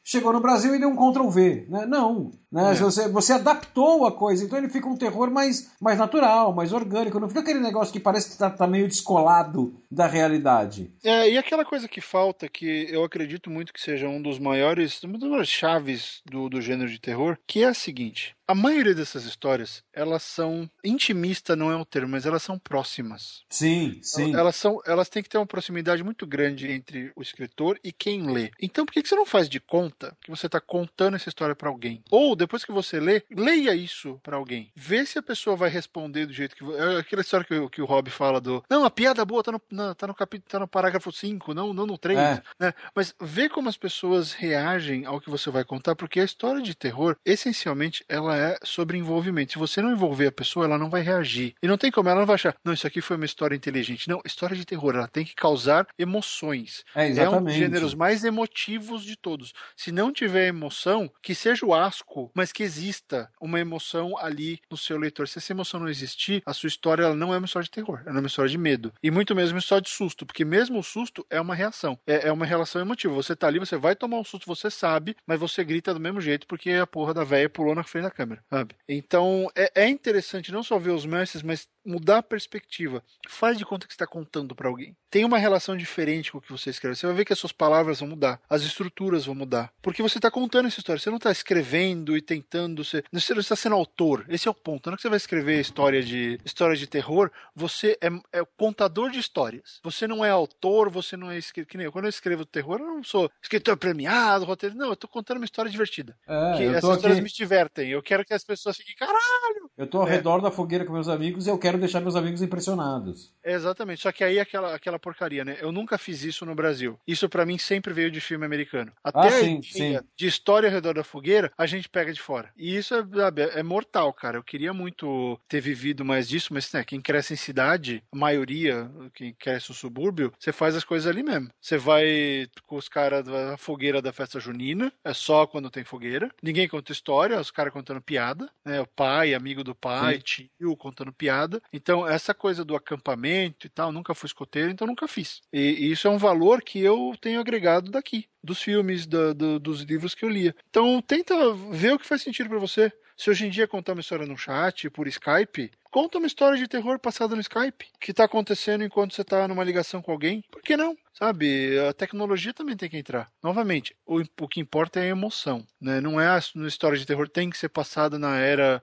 chegou no Brasil e deu um Ctrl+V, né? Não, né? Você adaptou a coisa, então ele fica um terror mais natural, mais orgânico, não fica aquele negócio que parece que tá meio descolado da realidade. E aquela coisa que falta, que eu acredito muito que seja uma das maiores chaves do gênero de terror, que é a seguinte: a maioria dessas histórias, elas são, intimista não é o termo, mas elas são próximas. Sim. Elas têm que ter uma proximidade muito grande entre o escritor e quem lê. Então por que você não faz de conta que você está contando essa história para alguém? Ou depois que você lê, leia isso para alguém. Vê se a pessoa vai responder do jeito que... aquela história que o Rob fala do... Não, a piada boa tá no capítulo, tá no parágrafo 5, não no 3. Né? Mas vê como as pessoas reagem ao que você vai contar, porque a história de terror, essencialmente, ela é sobre envolvimento. Se você não envolver a pessoa, ela não vai reagir. E não tem como, ela não vai achar, não, isso aqui foi uma história inteligente. Não, história de terror, ela tem que causar emoções. Exatamente. É um dos gêneros mais emotivos de todos. Se não tiver emoção, que seja o asco, mas que exista uma emoção ali no seu leitor. Se essa emoção não existir, a sua história ela não é uma história de terror, ela é uma história de medo. E muito mesmo uma história de susto, porque mesmo o susto é uma reação. É uma relação emotiva. Você tá ali, você vai tomar um susto, você sabe, mas você grita do mesmo jeito porque a porra da véia pulou na frente da câmera, sabe? Então, é interessante não só ver os mestres, mas mudar a perspectiva. Faz de conta que você está contando para alguém. Tem uma relação diferente com o que você escreve. Você vai ver que as suas palavras vão mudar, as estruturas vão mudar. Porque você está contando essa história. Você não está escrevendo e tentando ser... Você não está sendo autor. Esse é o ponto. Na hora que você vai escrever história de terror, você é o contador de histórias. Você não é autor, você não é escritor. Que nem eu. Quando eu escrevo terror, eu não sou escritor premiado, roteiro. Não, eu estou contando uma história divertida. Essas histórias me divertem. Eu quero que as pessoas fiquem, caralho! Eu estou ao redor da fogueira com meus amigos e eu quero deixar meus amigos impressionados. Exatamente. Só que aí aquela porcaria, né? Eu nunca fiz isso no Brasil. Isso pra mim sempre veio de filme americano. Até sim. de história ao redor da fogueira, a gente pega de fora. E isso é mortal, cara. Eu queria muito ter vivido mais disso, mas né, quem cresce em cidade, a maioria, quem cresce no subúrbio, você faz as coisas ali mesmo. Você vai com os caras da fogueira da festa junina, é só quando tem fogueira. Ninguém conta história, os caras contando piada, né? O pai, amigo do pai, tio contando piada. Então, essa coisa do acampamento e tal, nunca fui escoteiro, então nunca fiz. E isso é um valor que eu tenho agregado daqui, dos filmes, dos livros que eu lia. Então, tenta ver o que faz sentido pra você. Se hoje em dia contar uma história no chat, por Skype, conta uma história de terror passada no Skype, que tá acontecendo enquanto você tá numa ligação com alguém. Por que não? Sabe, a tecnologia também tem que entrar. Novamente, o que importa é a emoção, né? Não é a história de terror tem que ser passada na era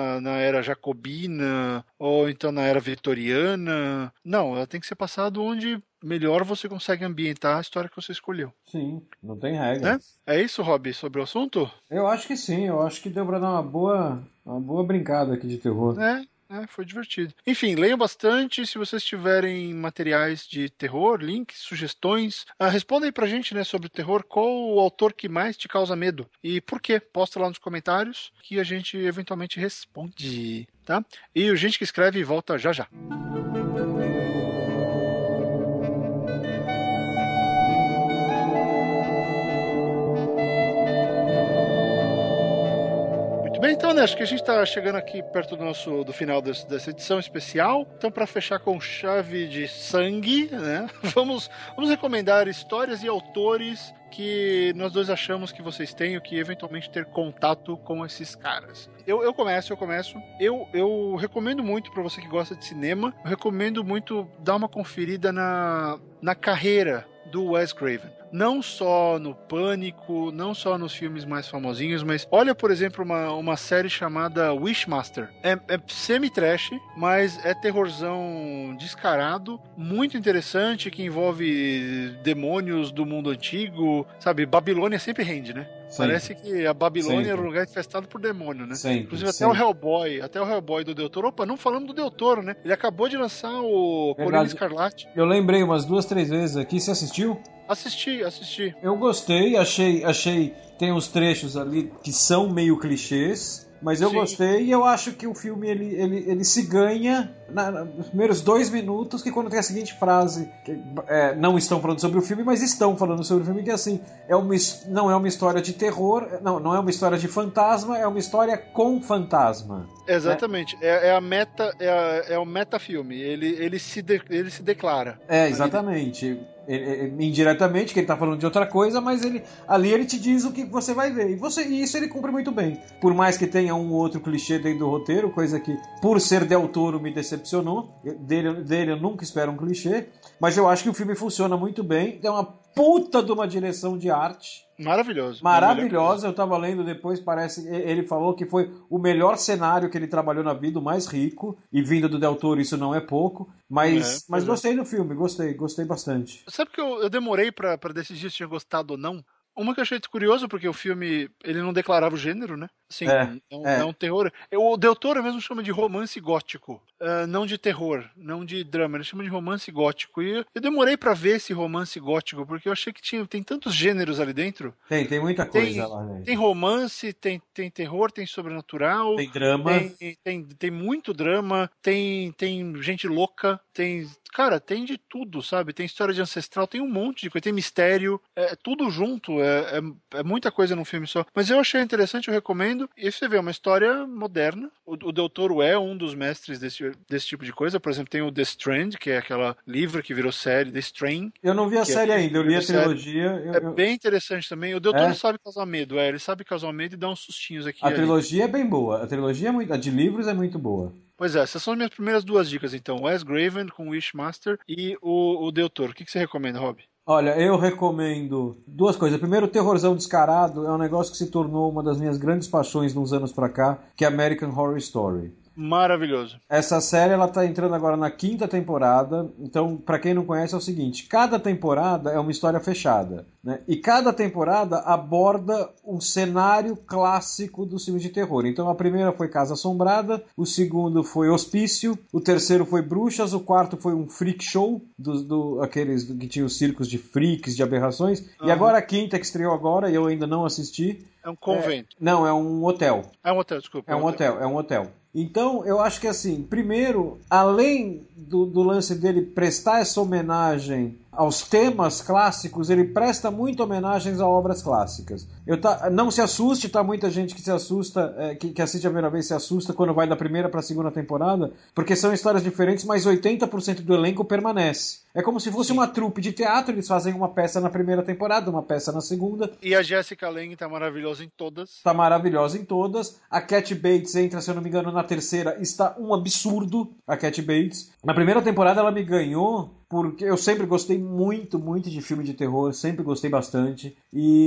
jacobina ou então na era vitoriana. Não, ela tem que ser passada onde melhor você consegue ambientar a história que você escolheu. Sim, não tem regra. Né? É isso, Rob, sobre o assunto? Eu acho que sim, eu acho que deu pra dar uma boa brincada aqui de terror. Foi divertido. Enfim, leiam bastante. Se vocês tiverem materiais de terror, links, sugestões, respondem aí pra gente, né, sobre o terror. Qual o autor que mais te causa medo? E por quê? Posta lá nos comentários que a gente eventualmente responde, tá? E o Gente que Escreve volta já já. Bem, então, né, acho que a gente está chegando aqui perto do final dessa edição especial. Então, para fechar com chave de sangue, né, vamos recomendar histórias e autores que nós dois achamos que vocês tenham que eventualmente ter contato com esses caras. Eu começo. Eu recomendo muito para você que gosta de cinema, eu recomendo muito dar uma conferida na carreira do Wes Craven. Não só no Pânico, não só nos filmes mais famosinhos, mas olha, por exemplo, uma série chamada Wishmaster. É semi-trash, mas é terrorzão descarado, muito interessante, que envolve demônios do mundo antigo, sabe? Babilônia sempre rende, né? Sim. Parece que a Babilônia era um lugar infestado por demônio, né? Sempre, inclusive até o Hellboy do Del Toro. Opa, não falamos do Del Toro, né? Ele acabou de lançar o Colina Escarlate. Eu lembrei umas 2-3 vezes aqui. Você assistiu? Assisti. Eu gostei, achei tem uns trechos ali que são meio clichês, mas eu gostei e eu acho que o filme ele se ganha nos primeiros 2 minutos, que quando tem a seguinte frase, que, não estão falando sobre o filme, mas estão falando sobre o filme, que é assim, não é uma história de terror, não é uma história de fantasma, é uma história com fantasma. Exatamente, é o metafilme, ele se declara. Exatamente. indiretamente, que ele tá falando de outra coisa, mas ali ele te diz o que você vai ver. E isso ele cumpre muito bem. Por mais que tenha um ou outro clichê dentro do roteiro, coisa que, por ser Del Toro, me decepcionou. Dele eu nunca espero um clichê. Mas eu acho que o filme funciona muito bem. Tem uma puta de uma direção de arte. Maravilhoso. Maravilhosa, eu tava lendo depois, parece, ele falou que foi o melhor cenário que ele trabalhou na vida, o mais rico, e vindo do Del Toro isso não é pouco, mas gostei do filme, gostei bastante. Sabe que eu demorei pra decidir se tinha gostado ou não? Uma que eu achei curioso, porque o filme, ele não declarava o gênero, né? Assim, é um terror. O Del Toro mesmo chama de romance gótico, não de terror, não de drama, ele chama de romance gótico. E eu demorei pra ver esse romance gótico, porque eu achei que tem tantos gêneros ali dentro. Tem muita coisa lá, né? Tem romance, tem terror, tem sobrenatural. Tem drama. Tem muito drama, tem gente louca, Cara, tem de tudo, sabe? Tem história de ancestral, tem um monte de coisa, tem mistério, tudo junto, é muita coisa num filme só. Mas eu achei interessante, eu recomendo. E você vê, é uma história moderna. O Del Toro é um dos mestres desse tipo de coisa. Por exemplo, tem o The Strand, que é aquela livro que virou série, The Strain. Eu não vi a série ainda, eu li a trilogia. Bem interessante também. O Del Toro sabe causar medo, ele sabe causar medo e dá uns sustinhos aqui. A trilogia é bem boa, a de livros é muito boa. Pois é, essas são as minhas primeiras duas dicas, então. Wes Craven com Wishmaster e o Del Toro. O que você recomenda, Rob? Olha, eu recomendo duas coisas. Primeiro, o terrorzão descarado é um negócio que se tornou uma das minhas grandes paixões de uns anos pra cá, que é American Horror Story. Maravilhoso. Essa série ela tá entrando agora na 5ª temporada. Então, pra quem não conhece, é o seguinte: cada temporada é uma história fechada, né? E cada temporada aborda um cenário clássico do filme de terror. Então, a primeira foi Casa Assombrada, o segundo foi Hospício, o terceiro foi Bruxas, o quarto foi um freak show, aqueles que tinham os circos de freaks, de aberrações. E agora a quinta, que estreou agora, e eu ainda não assisti. É um convento. Não, é um hotel. É um hotel, desculpa. É um hotel. Então, eu acho que assim, primeiro, além do lance dele prestar essa homenagem aos temas clássicos, ele presta muito homenagens a obras clássicas. Não se assuste, tá muita gente que se assusta, que assiste a primeira vez se assusta quando vai da primeira para a segunda temporada, porque são histórias diferentes, mas 80% do elenco permanece. É como se fosse uma trupe de teatro, eles fazem uma peça na primeira temporada, uma peça na segunda. E a Jessica Lange tá maravilhosa em todas. Tá maravilhosa em todas. A Cat Bates entra, se eu não me engano, na terceira. Está um absurdo, a Cat Bates. Na primeira temporada ela me ganhou, porque eu sempre gostei muito, muito de filme de terror, sempre gostei bastante.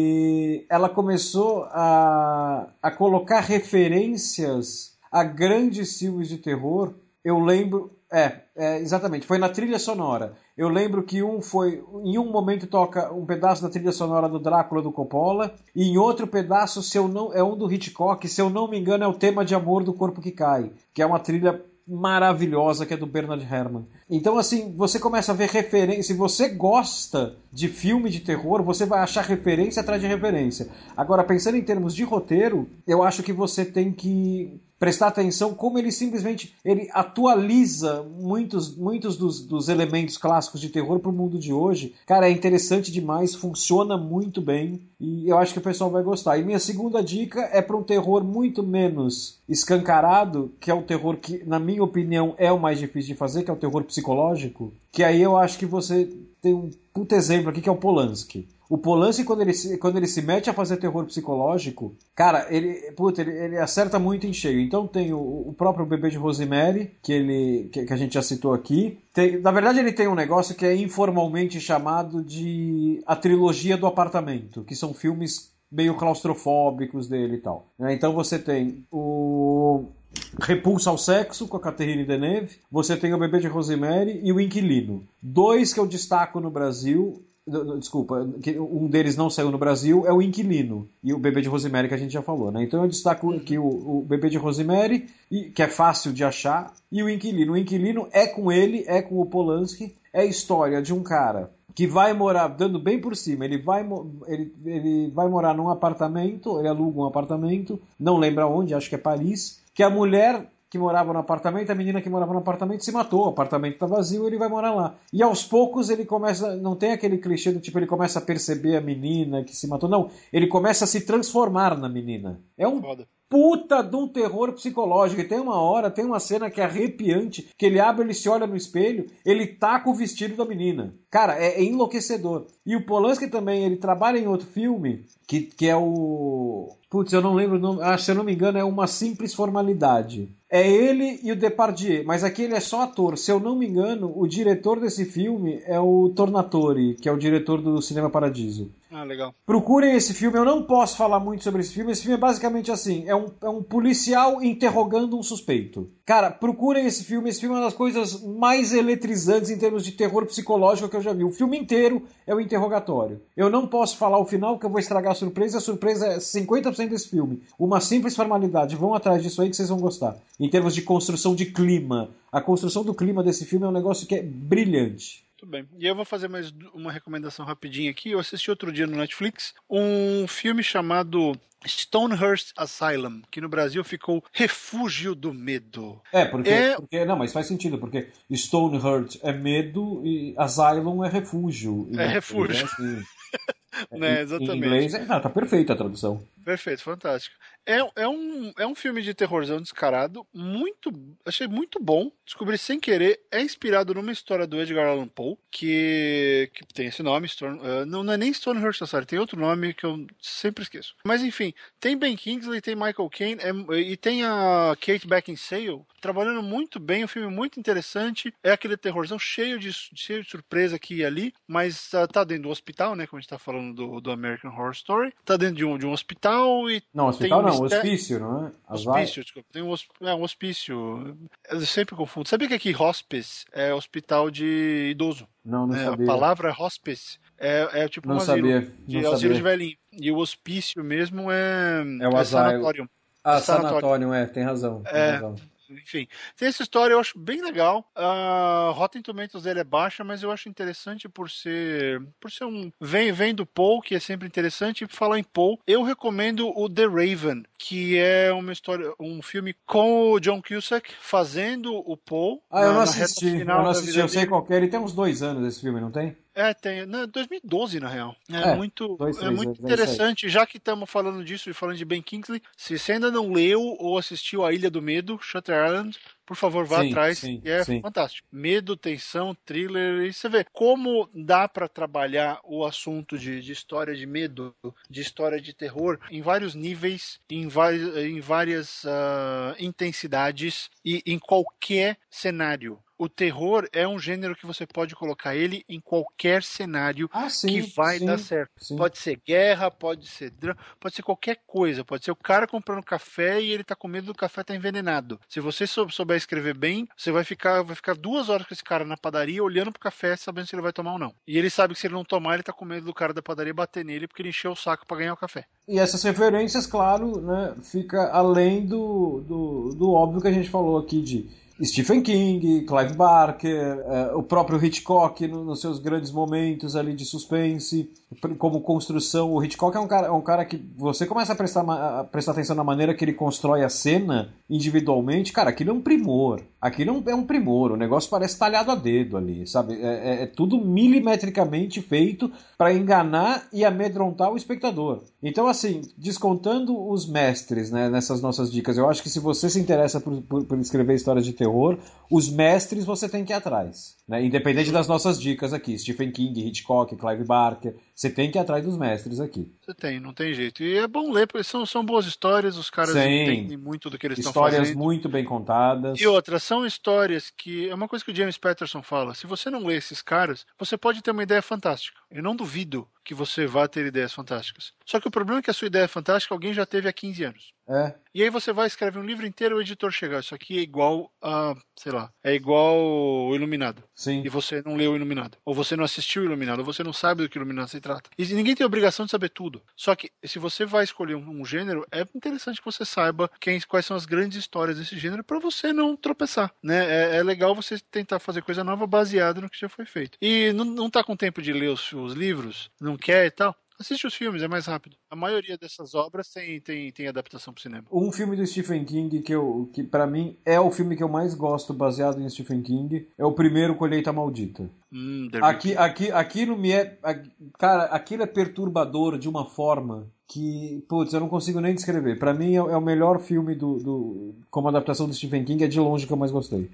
E ela começou a colocar referências a grandes filmes de terror. Eu lembro... exatamente, foi na trilha sonora. Eu lembro que em um momento toca um pedaço da trilha sonora do Drácula do Coppola, e em outro pedaço é um do Hitchcock, se eu não me engano é o tema de Amor do Corpo que Cai, que é uma trilha maravilhosa, que é do Bernard Herrmann. Então, assim, você começa a ver referência. Se você gosta de filme de terror, você vai achar referência atrás de referência. Agora, pensando em termos de roteiro, eu acho que você tem que prestar atenção como ele simplesmente atualiza muitos dos elementos clássicos de terror para o mundo de hoje. Cara, é interessante demais, funciona muito bem e eu acho que o pessoal vai gostar. E minha segunda dica é para um terror muito menos escancarado, que é o terror que, na minha opinião, é o mais difícil de fazer, que é o terror psicológico, que aí eu acho que você tem um puto exemplo aqui, que é o Polanski. O Polanski, quando ele se mete a fazer terror psicológico, cara, ele acerta muito em cheio. Então tem o próprio Bebê de Rosemary, que a gente já citou aqui. Na verdade, ele tem um negócio que é informalmente chamado de a trilogia do apartamento, que são filmes meio claustrofóbicos dele e tal. Então você tem o Repulsa ao Sexo, com a Catherine Deneuve, você tem o Bebê de Rosemary e o Inquilino. Dois que eu destaco no Brasil... Desculpa, um deles não saiu no Brasil, é o Inquilino e o Bebê de Rosemary, que a gente já falou, né? Então eu destaco aqui o Bebê de Rosemary, que é fácil de achar, e o Inquilino. O Inquilino é com ele, é com o Polanski, é a história de um cara que vai morar, dando bem por cima, ele vai morar num apartamento, ele aluga um apartamento, não lembra onde, acho que é Paris, que a mulher que morava no apartamento, a menina que morava no apartamento se matou, o apartamento tá vazio, ele vai morar lá. E aos poucos ele começa, não tem aquele clichê do tipo, ele começa a perceber a menina que se matou, não, ele começa a se transformar na menina. É um Foda. puta de um terror psicológico. E tem uma hora, tem uma cena que é arrepiante, que ele abre, ele se olha no espelho, ele taca o vestido da menina. Cara, é enlouquecedor. E o Polanski também, ele trabalha em outro filme, que é o... Putz, eu não lembro o nome. Se eu não me engano, é Uma Simples Formalidade. É ele e o Depardieu, mas aqui ele é só ator. Se eu não me engano, o diretor desse filme é o Tornatore, que é o diretor do Cinema Paradiso. Ah, legal. Procurem esse filme, eu não posso falar muito sobre esse filme. Esse filme é basicamente assim, é um policial interrogando um suspeito. Cara, procurem esse filme é uma das coisas mais eletrizantes em termos de terror psicológico que eu já vi. O filme inteiro é o interrogatório. Eu não posso falar o final, porque eu vou estragar a surpresa é 50% desse filme. Uma Simples Formalidade, vão atrás disso aí que vocês vão gostar. Em termos de construção de clima. A construção do clima desse filme é um negócio que é brilhante. Muito bem. E eu vou fazer mais uma recomendação rapidinha aqui. Eu assisti outro dia no Netflix um filme chamado Stonehurst Asylum, que no Brasil ficou Refúgio do Medo. Porque não, mas faz sentido, porque Stonehurst é medo e Asylum é refúgio. É refúgio. Assim, Né, exatamente. Em inglês, tá perfeita a tradução. Perfeito, fantástico. É um filme de terrorzão descarado, achei muito bom. Descobri sem querer, é inspirado numa história do Edgar Allan Poe, que tem esse nome, não é nem Stonehurst Asylum, tem outro nome que eu sempre esqueço. Mas enfim, tem Ben Kingsley, tem Michael Caine e tem a Kate Beckinsale trabalhando muito bem, um filme muito interessante. É aquele terrorzão cheio de surpresa aqui e ali, mas tá dentro do hospital, né, como a gente tá falando do American Horror Story. Tá dentro de um hospital e não, hospital não, hospício, não é? Hospício, desculpa. Tem um hospício. Eu sempre confundo. Sabia que aqui hospice é hospital de idoso? Não sabia. A palavra hospice é tipo não um asilo. Sabia. Não asilo sabia. de velhinho. E o hospício mesmo é o sanatório. Sanatório, tem razão. Tem razão. Enfim, tem essa história, eu acho bem legal. A Rotten Tomatoes dele é baixa, mas eu acho interessante por ser um... Vem do Poe, que é sempre interessante. E por falar em Poe, eu recomendo o The Raven, que é um filme com o John Cusack fazendo o Poe. Eu não assisti, eu sei qual que é. Ele tem uns 2 anos esse filme, não tem? Tem. 2012, na real. Muito anos, interessante. Já que estamos falando disso e falando de Ben Kingsley, se você ainda não leu ou assistiu A Ilha do Medo, Shutter Island, por favor, vá atrás. Fantástico. Medo, tensão, thriller. E você vê como dá para trabalhar o assunto de história de medo, de história de terror, em vários níveis, em várias intensidades e em qualquer cenário. O terror é um gênero que você pode colocar ele em qualquer cenário que vai dar certo. Sim. Pode ser guerra, pode ser drama, pode ser qualquer coisa. Pode ser o cara comprando café e ele tá com medo do café tá envenenado. Se você souber escrever bem, você vai ficar 2 horas com esse cara na padaria olhando pro café, sabendo se ele vai tomar ou não. E ele sabe que se ele não tomar, ele tá com medo do cara da padaria bater nele porque ele encheu o saco para ganhar o café. E essas referências, claro, né, fica além do óbvio que a gente falou aqui de Stephen King, Clive Barker, o próprio Hitchcock nos seus grandes momentos ali de suspense, como construção. O Hitchcock é um cara que você começa a prestar atenção na maneira que ele constrói a cena individualmente. Cara, aquilo é um primor. Aquilo é um primor. O negócio parece talhado a dedo ali, sabe? É tudo milimetricamente feito para enganar e amedrontar o espectador. Então, assim, descontando os mestres, né, nessas nossas dicas, eu acho que se você se interessa por escrever histórias de terror, os mestres você tem que ir atrás, né? Independente das nossas dicas aqui, Stephen King, Hitchcock, Clive Barker, você tem que ir atrás dos mestres aqui. Você tem, não tem jeito. E é bom ler, porque são boas histórias, os caras entendem muito do que eles estão fazendo. Histórias muito bem contadas. E outras, são histórias que... É uma coisa que o James Patterson fala, se você não lê esses caras, você pode ter uma ideia fantástica. Eu não duvido que você vá ter ideias fantásticas. Só que o problema é que a sua ideia fantástica alguém já teve há 15 anos. E aí você vai escrever um livro inteiro e o editor chega, isso aqui é igual a, sei lá, é igual o Iluminado. Sim. E você não leu o Iluminado. Ou você não assistiu o Iluminado, ou você não sabe do que o Iluminado se trata. E ninguém tem a obrigação de saber tudo. Só que se você vai escolher um gênero, é interessante que você saiba quais são as grandes histórias desse gênero para você não tropeçar, né? É legal você tentar fazer coisa nova baseada no que já foi feito. E não tá com tempo de ler os livros, não quer e tal. Assiste os filmes, é mais rápido. A maioria dessas obras tem adaptação pro cinema. Um filme do Stephen King que para mim é o filme que eu mais gosto baseado em Stephen King é o primeiro Colheita Maldita. Aquilo me é... Cara, aquilo é perturbador de uma forma que, putz, eu não consigo nem descrever. Pra mim é o melhor filme como adaptação do Stephen King, é de longe que eu mais gostei.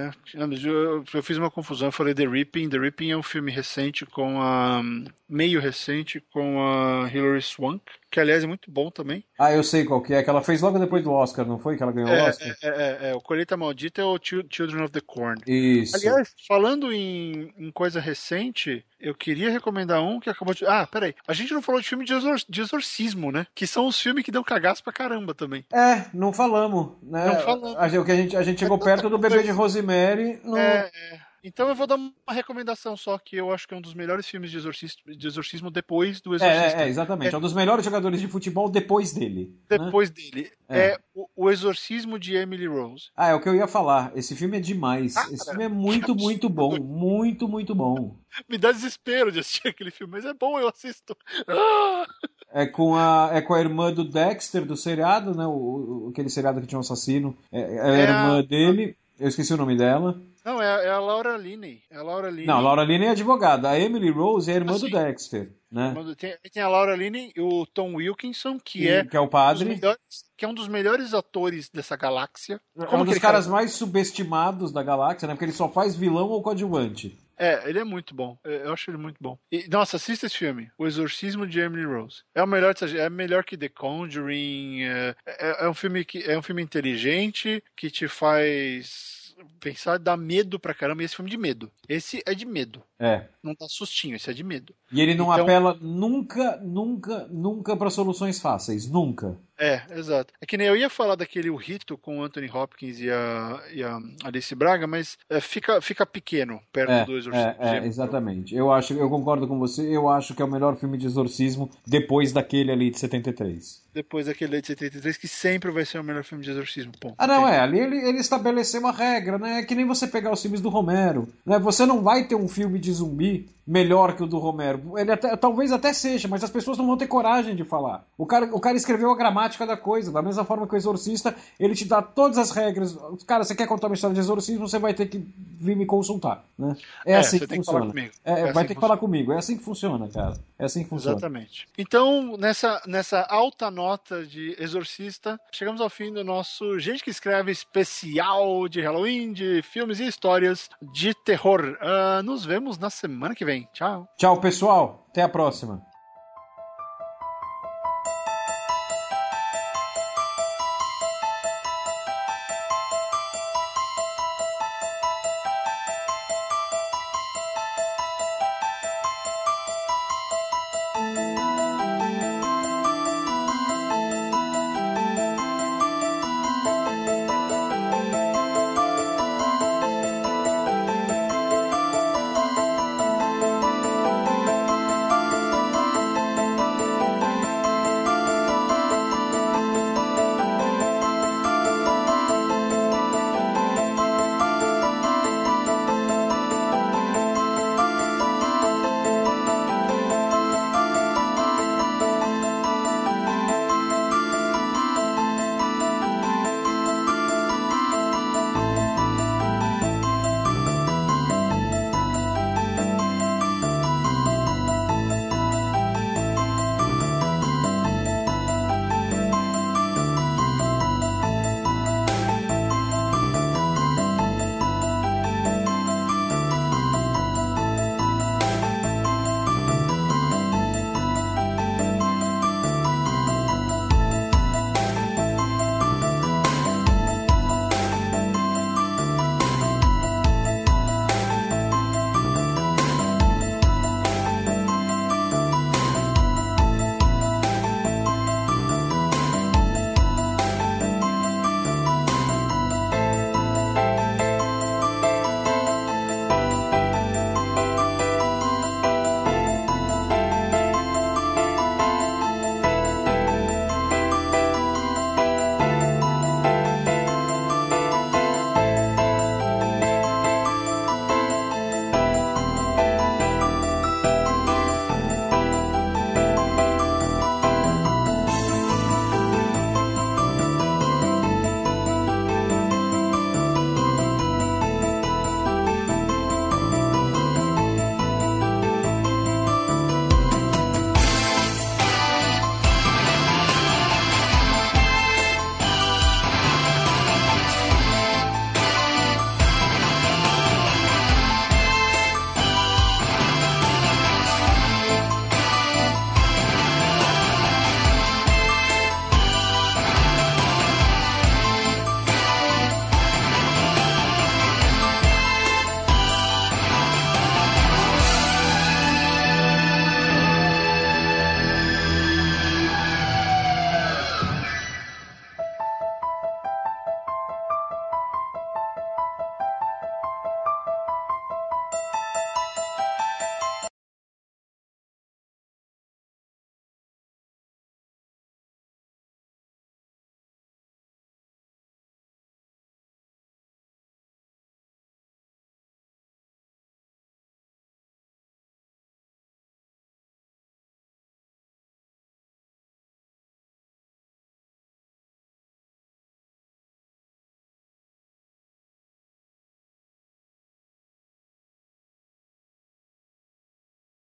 Eu fiz uma confusão, eu falei The Reaping. The Reaping é um filme recente meio recente com a Hilary Swank, que aliás é muito bom também. Eu sei qual que é ela fez logo depois do Oscar, não foi? Que ela ganhou o Oscar? O Colheita Maldita é o Children of the Corn. Isso. Aliás, falando em coisa recente, eu queria recomendar um que acabou de... peraí. A gente não falou de filme de exorcismo, né? Que são os filmes que dão cagaço pra caramba também. Não falamos, né? Não falamos. A gente chegou perto do Bebê de Rosemary. Então eu vou dar uma recomendação só, que eu acho que é um dos melhores filmes de exorcismo depois do Exorcista. Exatamente. É um dos melhores jogadores de futebol depois dele. Depois dele. É o Exorcismo de Emily Rose. É o que eu ia falar. Esse filme é demais. Esse filme é muito, muito bom. Muito, muito bom. Me dá desespero de assistir aquele filme, mas é bom, eu assisto. É com a irmã do Dexter, do seriado, né? Aquele seriado que tinha um assassino. É a irmã dele. Eu esqueci o nome dela. Não, é a Laura Linney. Não, a Laura Linney é advogada. A Emily Rose é a irmã do Dexter, né? Tem a Laura Linney e o Tom Wilkinson, que é o padre. Que é um dos melhores atores dessa galáxia. É um dos caras mais subestimados da galáxia, né? Porque ele só faz vilão ou coadjuvante. Ele é muito bom. Eu acho ele muito bom. Nossa, assista esse filme. O Exorcismo de Emily Rose. É melhor que The Conjuring. É um filme inteligente que te faz pensar, dá medo pra caramba. E esse filme de medo. Esse é de medo. Não dá sustinho, esse é de medo. E ele não apela nunca pra soluções fáceis. Nunca. Exato. É que nem eu ia falar daquele O Rito com o Anthony Hopkins e a Alice Braga, mas fica pequeno perto do Exorcismo. Exatamente. Eu concordo com você. Eu acho que é o melhor filme de exorcismo depois daquele ali de 73. Depois daquele ali de 73, que sempre vai ser o melhor filme de exorcismo. Ponto. Ali ele estabeleceu uma regra, né? É que nem você pegar os filmes do Romero, né? Você não vai ter um filme de zumbi melhor que o do Romero. Ele talvez até seja, mas as pessoas não vão ter coragem de falar. O cara escreveu a gramática da coisa, da mesma forma que o Exorcista, ele te dá todas as regras. Cara, você quer contar uma história de exorcismo, você vai ter que vir me consultar, né? Assim que funciona. Vai ter que falar comigo. É assim que funciona, cara. É assim que funciona. Exatamente. Então, nessa alta nota de Exorcista, chegamos ao fim do nosso Gente que Escreve especial de Halloween, de filmes e histórias de terror. Nos vemos na semana que vem. Tchau. Tchau, pessoal. Até a próxima.